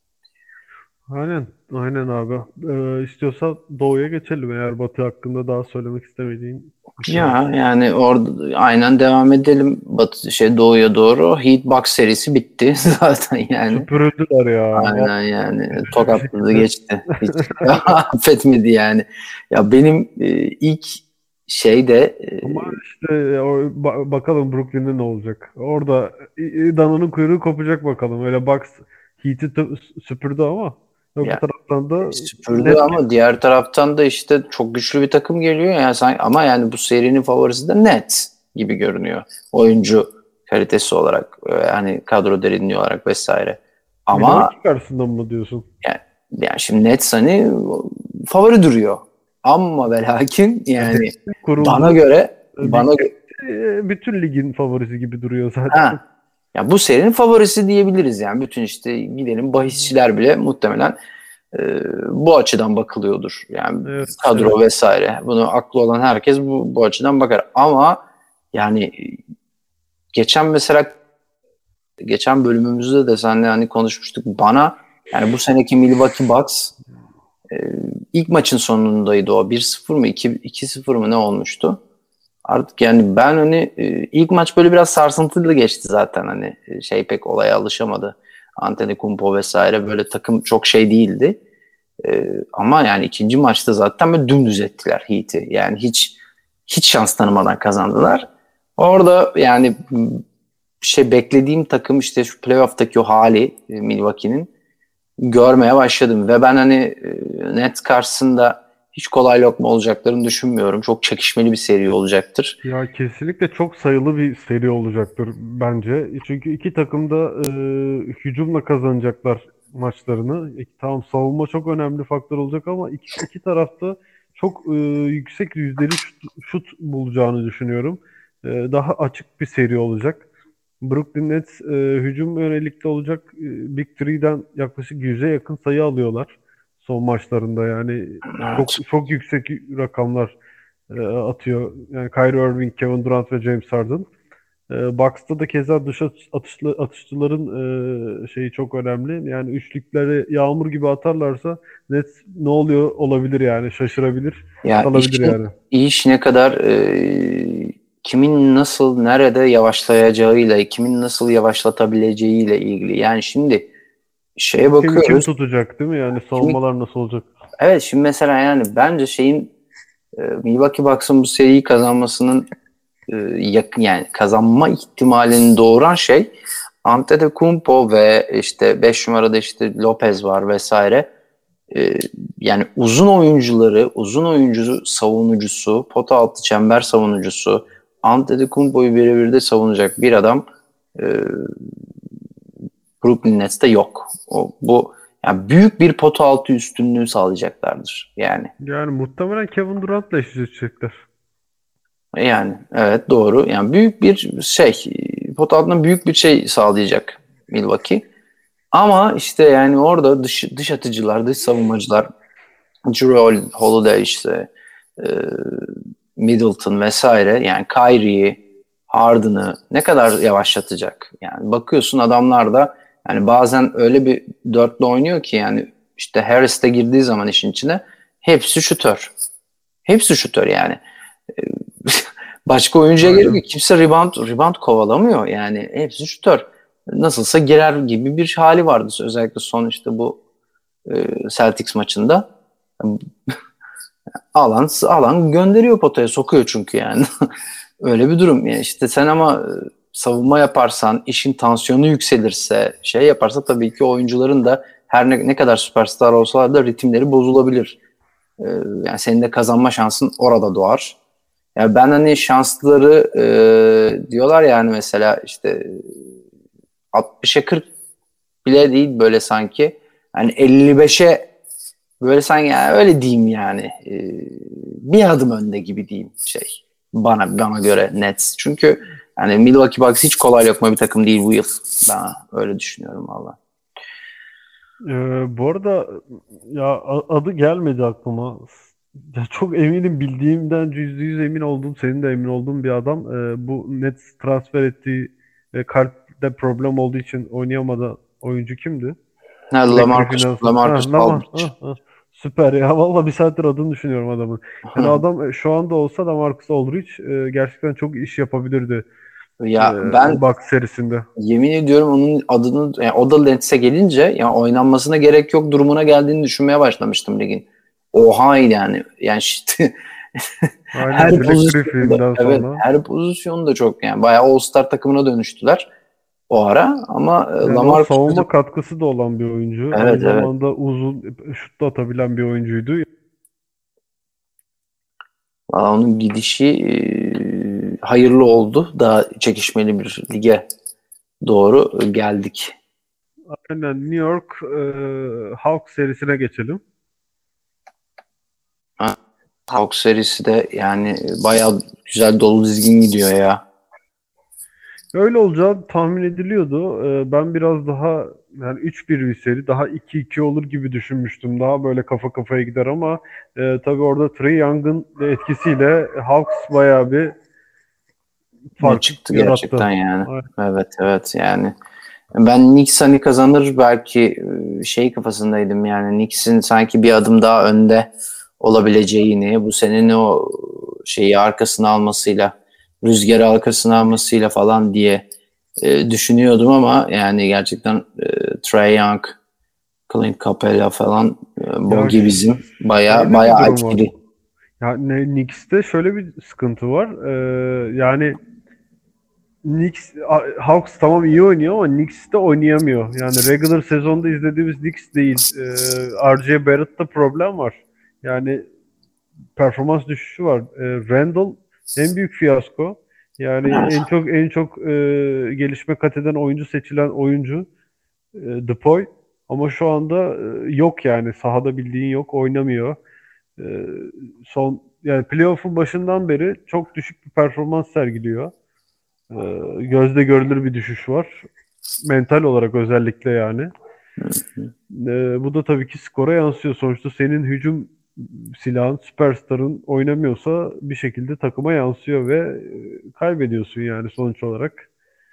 Aynen. Aynen abi. İstiyorsa Doğu'ya geçelim eğer Batı hakkında daha söylemek istemediğin bir şey Ya varsa. yani orada aynen devam edelim. Doğuya doğru. Heat Bucks serisi bitti zaten yani. Süpürüldüler ya. Aynen Vallahi yani üzücü bir tokatladı şekilde. geçti. Hiç affetmedi yani. Ya benim ilk şey de Ama işte bakalım Brooklyn'de ne olacak. Orada dananın kuyruğu kopacak bakalım. Öyle Bucks Heat'i süpürdü ama öbür ya taraftan da süpürdü net ama diğer taraftan da işte çok güçlü bir takım geliyor yani ama yani bu serinin favorisi de net gibi görünüyor. Oyuncu kalitesi olarak hani kadro derinliği olarak vesaire. Ama Milwaukee karşısında mı diyorsun? yani, yani şimdi Nets hani favori duruyor. Ama ve lakin yani Nets'in bana kurulduğu göre Big bana Six, bütün ligin favorisi gibi duruyor zaten. ha ya bu serinin favorisi diyebiliriz yani. Bütün işte gidelim bahisçiler bile muhtemelen bu açıdan bakılıyordur. Yani Evet, evet. kadro vesaire. Bunu aklı olan herkes bu açıdan bakar. Ama yani geçen mesela geçen bölümümüzde de seninle hani konuşmuştuk. Bana yani bu seneki Milwaukee Bucks e, ilk maçın sonundaydı o. 1-0 mı 2-0 mı ne olmuştu? Artık yani ben hani ilk maç böyle biraz sarsıntılı geçti zaten hani şey pek olaya alışamadı. Antetokounmpo vesaire böyle takım çok şey değildi. Ama yani ikinci maçta zaten böyle dümdüz ettiler Heat'i. Yani hiç şans tanımadan kazandılar. Orada yani şey beklediğim takım işte şu playoff'taki o hali Milwaukee'nin görmeye başladım ve ben hani Nets karşısında hiç kolay lokma olacaklarını düşünmüyorum. Çok çekişmeli bir seri olacaktır. Ya kesinlikle çok sayılı bir seri olacaktır bence. Çünkü iki takım da hücumla kazanacaklar maçlarını. Tamam, savunma çok önemli faktör olacak ama iki tarafta çok yüksek yüzdeli şut bulacağını düşünüyorum. Daha açık bir seri olacak. Brooklyn Nets hücum yönelikli olacak. Big Three'den yaklaşık 100'e yakın sayı alıyorlar son maçlarında. Yani Evet. çok yüksek rakamlar atıyor. Yani Kyrie Irving, Kevin Durant ve James Harden. Bucks'ta da keza atışçıların şeyi çok önemli. Yani üçlükleri yağmur gibi atarlarsa Nets ne oluyor olabilir, yani şaşırabilir, Ya kalabilir yani. iş ne kadar kimin nasıl nerede yavaşlayacağıyla, kimin nasıl yavaşlatabileceğiyle ilgili. Yani şimdi şeye Kim bakıyoruz. tutacak değil mi? Yani Kimi, savunmalar nasıl olacak? evet şimdi mesela yani bence şeyin Milwaukee Bucks'ın bu seriyi kazanmasının yakın yani kazanma ihtimalini doğuran şey Antetokounmpo ve işte 5 numarada işte Lopez var vesaire. E, Yani uzun oyuncuları, uzun oyuncu savunucusu, pota altı çember savunucusu, Antetokounmpo'yu birebir de savunacak bir adam e, Brooklyn Nets'te yok. Bu yani büyük bir pota altı üstünlüğü sağlayacaklardır yani. Yani muhtemelen Kevin Durant'la eşleşecekler. Yani evet doğru. Yani büyük bir şey, pot altına büyük bir şey sağlayacak Milwaukee. Ama işte yani orada dış atıcılar, dış savunmacılar, Jrue Holiday işte e, Middleton vesaire yani Kyrie'yi, Harden'ı ne kadar yavaşlatacak? Yani bakıyorsun adamlar da yani bazen öyle bir dörtlü oynuyor ki yani işte Harris de girdiği zaman işin içine hepsi şutör. Hepsi şutör yani. Başka oyuncuya gerek Aynen. yok. Kimse rebound kovalamıyor. Yani hepsi şutör. Nasılsa girer gibi bir hali vardı. Özellikle son işte bu Celtics maçında. Alan gönderiyor potaya sokuyor çünkü yani. Öyle bir durum. Yani işte sen ama savunma yaparsan, işin tansiyonu yükselirse, şey yaparsa tabii ki oyuncuların da her ne kadar süperstar olsalar da ritimleri bozulabilir. E, Yani senin de kazanma şansın orada doğar. Ya ben hani şanslıları diyorlar yani mesela işte 60'a 40 bile değil böyle sanki. Hani 55'e böyle sanki yani öyle diyeyim yani. Bir adım önde gibi diyeyim şey. Bana göre Nets. Çünkü yani Milwaukee Bucks hiç kolay lokma bir takım değil bu yıl. Ben öyle düşünüyorum valla. Bu arada ya adı gelmedi aklıma. Ya çok eminim, bildiğimden %100 emin olduğum, senin de emin olduğun bir adam. Bu Nets transfer ettiği ve kalpte problem olduğu için oynayamadı oyuncu kimdi? Ha, Black Griffin'den sonra. Lamarcus Ha, Lama. Aldridge. Ha, ha. Süper ya. Valla bir saattir adını düşünüyorum adamın. Yani adam şu anda olsa da Marcus Aldridge gerçekten çok iş yapabilirdi Ya ben Bucks serisinde. yemin ediyorum onun adını yani o da Nets'e gelince yani oynanmasına gerek yok durumuna geldiğini düşünmeye başlamıştım ligin. Oha yani. Yani işte Aynen, Her Black pozisyonda, Griffin'den evet, sonra. her pozisyonda çok, yani bayağı All-Star takımına dönüştüler o ara ama Yani o Lamar savunma Jackson, katkısı da olan bir oyuncu. evet Aynı evet, zamanda uzun şut da atabilen bir oyuncuydu. valla onun gidişi hayırlı oldu. Daha çekişmeli bir lige doğru geldik. Aynen, New York Hawks serisine geçelim. Ha, Hawks serisi de yani bayağı güzel, dolu dizgin gidiyor ya. Öyle olacağı tahmin ediliyordu. Ben biraz daha yani 3-1 bir seri, daha 2-2 olur gibi düşünmüştüm. Daha böyle kafa kafaya gider ama tabii orada Trae Young'ın etkisiyle Hawks bayağı bir Ne fark çıktı yarattı. gerçekten yani. Aynen. Evet evet yani. Ben Knicks hani kazanır belki şey kafasındaydım, yani Knicks'in sanki bir adım daha önde olabileceğini, bu senenin o şeyi arkasına almasıyla, rüzgarı arkasına almasıyla falan diye düşünüyordum ama yani gerçekten Trae Young, Clint Capela falan, Ya Bogi bizim baya şöyle bir baya durum var. etkili. Yani Knicks'te şöyle bir sıkıntı var. Yani Hawks tamam iyi oynuyor ama Knicks de oynayamıyor. Yani regular sezonda izlediğimiz Knicks değil. RJ Barrett'ta problem var. Yani performans düşüşü var. Randall en büyük fiyasko. Yani Evet. en çok gelişme kat eden oyuncu seçilen oyuncu DePoy. Ama şu anda yok yani sahada bildiğin yok, oynamıyor. E, yani playoff'un başından beri çok düşük bir performans sergiliyor. Gözde görülür bir düşüş var. Mental olarak özellikle yani. Bu da tabii ki skora yansıyor. Sonuçta senin hücum silahın, süperstarın oynamıyorsa bir şekilde takıma yansıyor ve kaybediyorsun yani sonuç olarak.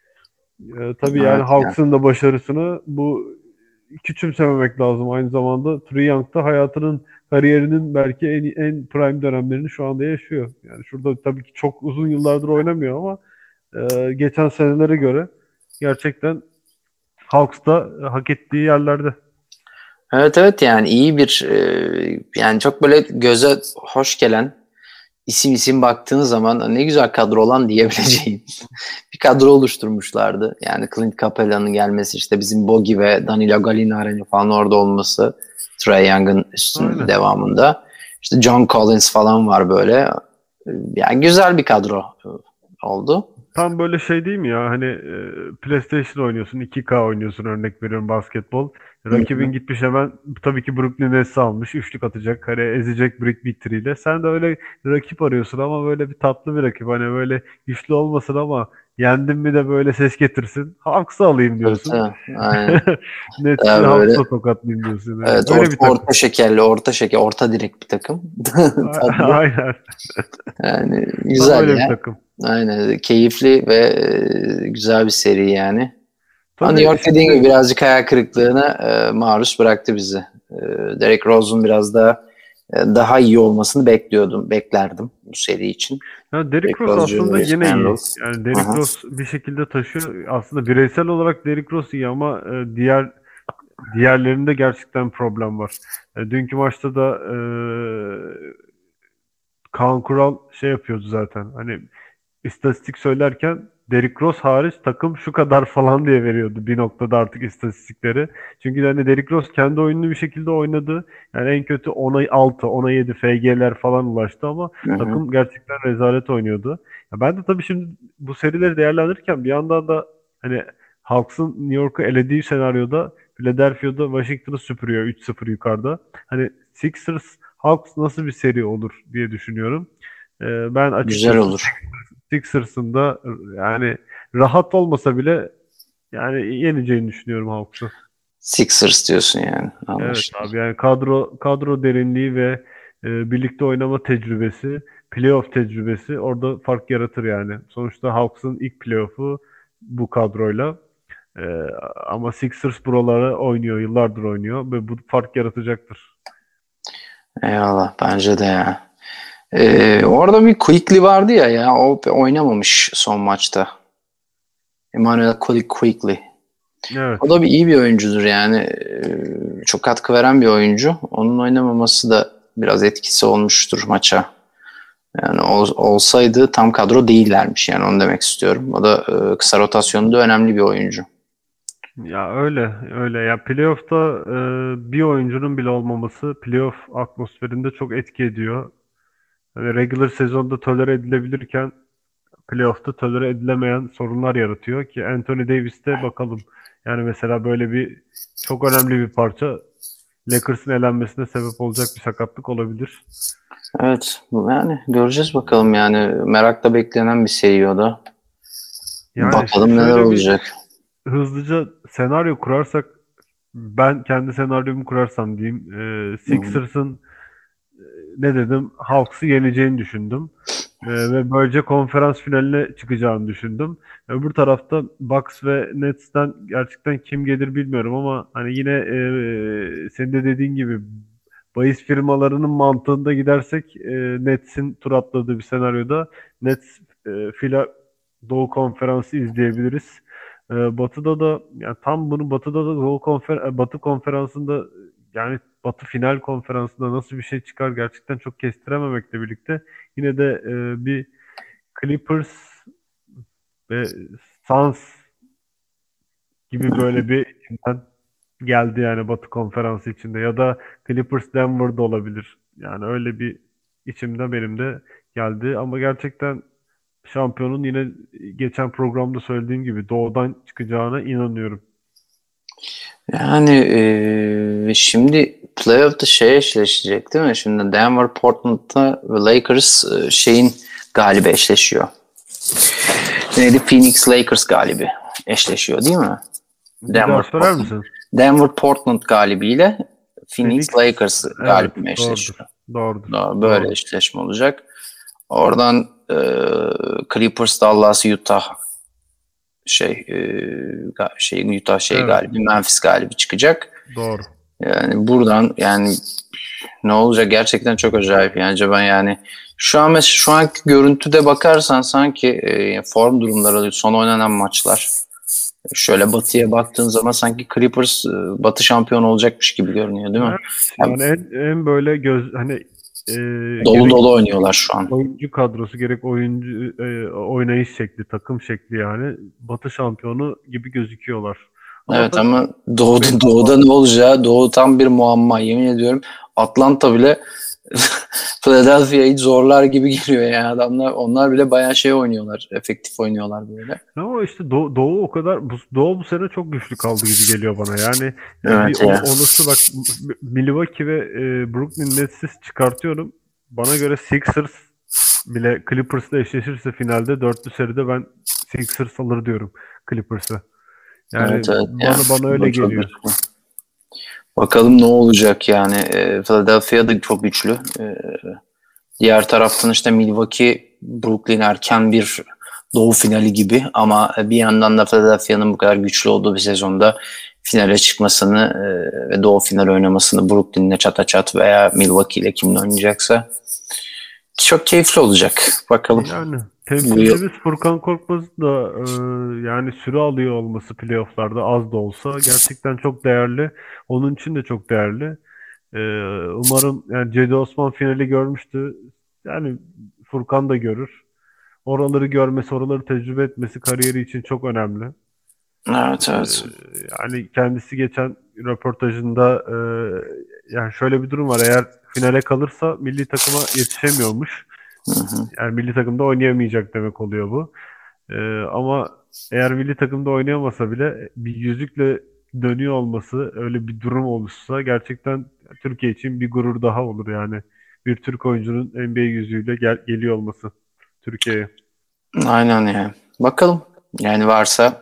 Tabii yani Evet yani. Hawks'ın da başarısını bu küçümsememek lazım. Aynı zamanda Trae Young da hayatının, kariyerinin belki en prime dönemlerini şu anda yaşıyor. Yani şurada tabii ki çok uzun yıllardır oynamıyor ama geçen senelere göre gerçekten Hawks da hak ettiği yerlerde. Evet evet yani iyi bir yani çok böyle göze hoş gelen, isim isim baktığın zaman ne güzel kadro olan diyebileceğin bir kadro oluşturmuşlardı. Yani Clint Capela'nın gelmesi, işte bizim Bogi ve Danilo Gallinari'nin falan orada olması, Trae Young'ın üstün Aynen. devamında. İşte John Collins falan var böyle. Yani güzel bir kadro oldu. Tam böyle şey değil mi ya? Hani PlayStation oynuyorsun, 2K oynuyorsun, örnek veriyorum, basketbol. Hı Rakibin hı. gitmiş hemen tabii ki Brooklyn Nets'i almış. Üçlük atacak. Hani ezecek Brick Victory'yle. Sen de öyle rakip arıyorsun ama böyle bir tatlı bir rakip. Hani böyle güçlü olmasın ama yendim mi de böyle ses getirsin. Hawks'ı alayım Tabii, diyorsun. tabii. Aynen. Nets'i Daha böyle, Hawks'la tokatlayayım diyorsun. Yani evet, öyle bir takım. orta şekerli, orta şeker, orta direk bir takım. Tatlı. Aynen. Yani Tam güzel öyle bir ya. takım. Aynen. Keyifli ve güzel bir seri yani. Ama New Tabii York dediğin gibi şimdi birazcık hayal kırıklığına maruz bıraktı bizi. Derrick Rose'un biraz daha iyi olmasını beklerdim bu seri için. ya Derrick Derrick Rose Rose, aslında Julius yine Randle. iyi. Yani Hı Derrick hı. Rose bir şekilde taşıyor. Aslında bireysel olarak Derrick Rose iyi ama diğerlerinde gerçekten problem var. Dünkü maçta da Kaan Kural şey yapıyordu zaten. Hani istatistik söylerken Derrick Rose hariç takım şu kadar falan diye veriyordu bir noktada artık istatistikleri. Çünkü hani Derrick Rose kendi oyununu bir şekilde oynadı. Yani en kötü 10'a 6, 10'a 7 FG'ler falan ulaştı ama Hı hı. takım gerçekten rezalet oynuyordu. Ya ben de tabii şimdi bu serileri değerlendirirken bir yandan da hani Hawks'ın New York'u elediği senaryoda Philadelphia'da Washington'ı süpürüyor 3-0 yukarıda. Hani Sixers Hawks nasıl bir seri olur diye düşünüyorum. Ben Güzel açıkçası olur. Sixers'ın da yani rahat olmasa bile yani yeneceğini düşünüyorum Hawks'u. Sixers diyorsun yani. Evet Anlaşıldı. abi, yani kadro derinliği ve birlikte oynama tecrübesi, playoff tecrübesi orada fark yaratır yani. Sonuçta Hawks'ın ilk playoff'u bu kadroyla. E, ama Sixers buralara oynuyor, yıllardır oynuyor ve bu fark yaratacaktır. Eyvallah. Bence de ya. Orada bir Quickly vardı ya, o oynamamış son maçta. Emmanuel Quickly. O Evet. da iyi bir oyuncudur yani. Çok katkı veren bir oyuncu. Onun oynamaması da biraz etkisi olmuştur maça. Yani olsaydı tam kadro değillermiş yani onu demek istiyorum. O da kısa rotasyonda önemli bir oyuncu. Ya öyle öyle ya playoff'ta bir oyuncunun bile olmaması playoff atmosferinde çok etki ediyor. Hani regular sezonda tolere edilebilirken playoff'ta tolere edilemeyen sorunlar yaratıyor ki Anthony Davis'te bakalım. Yani mesela böyle bir çok önemli bir parça Lakers'ın elenmesine sebep olacak bir sakatlık olabilir. Evet yani göreceğiz bakalım yani merakla beklenen bir seri o da. Yani Bakalım neler şöyle bir olacak. hızlıca senaryo kurarsak ben kendi senaryomu kurarsam diyeyim Hı hı. Sixers'ın ne dedim Hawks'ı yeneceğini düşündüm. Ve böylece konferans finaline çıkacağını düşündüm. Öbür tarafta Bucks ve Nets'ten gerçekten kim gelir bilmiyorum ama hani yine senin de dediğin gibi bahis firmalarının mantığında gidersek Nets'in tur atladığı bir senaryoda Nets Fila Doğu Konferansı izleyebiliriz. Batı'da da yani tam bunu Batı'da da Batı Konferansı'nda yani Batı final konferansında nasıl bir şey çıkar gerçekten çok kestirememekle birlikte yine de bir Clippers ve Suns gibi böyle bir içinden geldi yani Batı konferansı içinde ya da Clippers Denver'da olabilir. Yani öyle bir içimde benim de geldi ama gerçekten şampiyonun yine geçen programda söylediğim gibi doğudan çıkacağına inanıyorum. Yani şimdi playoff'ta şey eşleşecek değil mi? Şimdi Denver, Portland'da ve Lakers şeyin galibi eşleşiyor. Neydi? Phoenix Lakers galibi eşleşiyor değil mi? Bir daha Denver söyler Portland. misin? Denver Portland galibiyle Phoenix Phoenix, Lakers evet galibi doğrudur. eşleşiyor. Doğrudur. Böyle Doğru. eşleşme olacak. Oradan Clippers, Dallas, Utah Utah Evet galibi, Memphis galibi çıkacak. doğru. Yani buradan yani ne olacak gerçekten çok acayip yani acaba yani şu anki görüntüde bakarsan sanki form durumları son oynanan maçlar şöyle Batı'ya baktığın zaman sanki Clippers Batı şampiyon olacakmış gibi görünüyor değil mi? Evet, Yani yani en böyle hani e, dolu gerek dolu oynuyorlar şu an. oyuncu kadrosu gerek oyuncu oynayış şekli, takım şekli yani Batı şampiyonu gibi gözüküyorlar. Ama Evet tabii ama çok belli Doğu'da olmaz. ne olacağı Doğu tam bir muamma yemin ediyorum. Atlanta bile Philadelphia'yı zorlar gibi geliyor yani adamlar onlar bile bayağı şey oynuyorlar. Efektif oynuyorlar böyle. Ama işte Doğu o kadar Doğu bu sene çok güçlü kaldı gibi geliyor bana. Yani bir Evet ya. olası bak Milwaukee ve Brooklyn Nets'i çıkartıyorum. Bana göre Sixers bile Clippers'la eşleşirse finalde dörtlü seride ben Sixers alır diyorum Clippers'ı. Yani Evet evet ya. bana Bu öyle da çok geliyor. güçlü. Bakalım ne olacak yani. Philadelphia da çok güçlü. Diğer taraftan işte Milwaukee, Brooklyn erken bir doğu finali gibi ama bir yandan da Philadelphia'nın bu kadar güçlü olduğu bir sezonda finale çıkmasını ve doğu final oynamasını Brooklyn'le çat veya Milwaukee ile kimle oynayacaksa çok keyifli olacak. Bakalım Yani bu yıl. temsilcimiz Furkan Korkmaz da yani süre alıyor olması playofflarda az da olsa gerçekten çok değerli. Onun için de çok değerli. E, Umarım yani Cedi Osman finali görmüştü. Yani Furkan da görür. Oraları görmesi, oraları tecrübe etmesi kariyeri için çok önemli. Evet E, evet. Yani kendisi geçen röportajında yani şöyle bir durum var. Eğer finale kalırsa milli takıma yetişemiyormuş. Hı hı. Yani milli takımda oynayamayacak demek oluyor bu. Ama eğer milli takımda oynayamasa bile bir yüzükle dönüyor olması, öyle bir durum oluşsa gerçekten Türkiye için bir gurur daha olur yani. Bir Türk oyuncunun NBA yüzüğüyle geliyor olması Türkiye'ye. Aynen yani. Bakalım. Yani varsa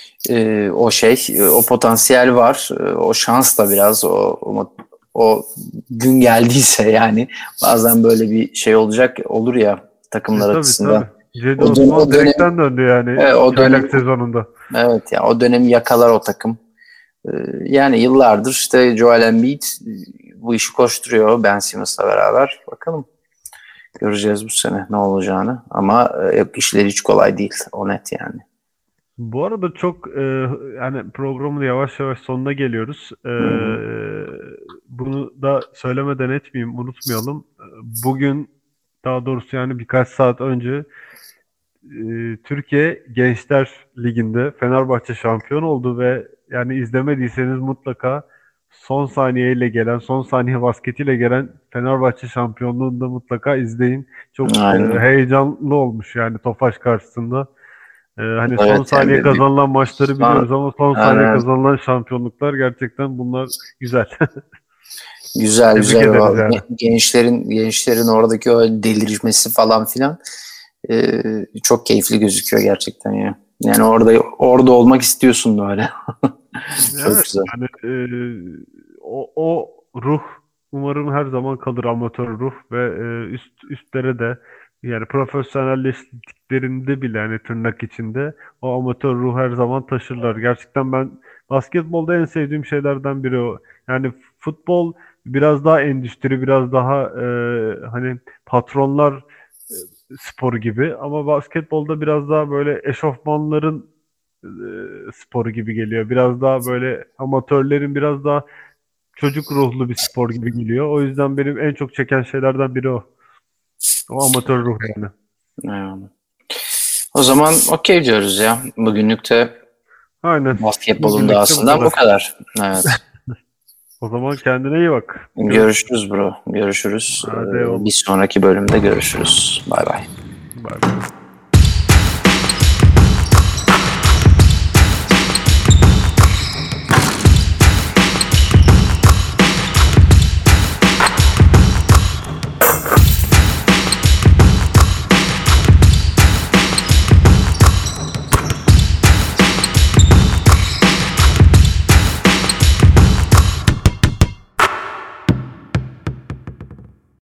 o potansiyel var. O şans da biraz o gün geldiyse yani bazen böyle bir şey olur ya takımlar Tabii açısından. tabii. Cedi O Osman dönem direkten döndü yani o dönem çaylak sezonunda. evet ya o dönemi yakalar o takım. E, Yani yıllardır işte Joel Embiid bu işi koşturuyor Ben Simmons'la beraber. Bakalım göreceğiz bu sene ne olacağını. Ama işleri hiç kolay değil. O net yani. Bu arada çok yani programın yavaş yavaş sonuna geliyoruz. Hı hı. Bunu da söylemeden etmeyeyim, unutmayalım. Bugün daha doğrusu yani birkaç saat önce Türkiye Gençler Ligi'nde Fenerbahçe şampiyon oldu ve yani izlemediyseniz mutlaka son saniye basketiyle gelen Fenerbahçe şampiyonluğunu da mutlaka izleyin. Çok Aynen. heyecanlı olmuş yani Tofaş karşısında. Hani son Evet saniye yani kazanılan maçları biliyoruz ama son saniye aynen. kazanılan şampiyonluklar gerçekten bunlar güzel. Güzel Tebrik güzel. ederiz yani. Gençlerin oradaki o delirmesi falan filan çok keyifli gözüküyor gerçekten ya. Yani orada olmak istiyorsun böyle. Çok Evet güzel. yani o ruh umarım her zaman kalır, amatör ruh ve üstlere de yani profesyonelleştiklerinde bile yani tırnak içinde o amatör ruh her zaman taşırlar. Gerçekten ben basketbolda en sevdiğim şeylerden biri o. Yani futbol biraz daha endüstri, biraz daha hani patronlar e, sporu gibi ama basketbolda biraz daha böyle eşofmanların sporu gibi geliyor. Biraz daha böyle amatörlerin biraz daha çocuk ruhlu bir spor gibi geliyor. O yüzden benim en çok çeken şeylerden biri o. O amatör ruh yani. Yani. O zaman okey diyoruz ya. Bugünlük de Aynen. basketbolun Bugünlük de bu dahasından bu kadar. kadar. Evet. O zaman kendine iyi bak. Görüşürüz. Görüşürüz bro. Görüşürüz. Hadi Bir eyvallah. sonraki bölümde görüşürüz. Bay bay. Bay bay.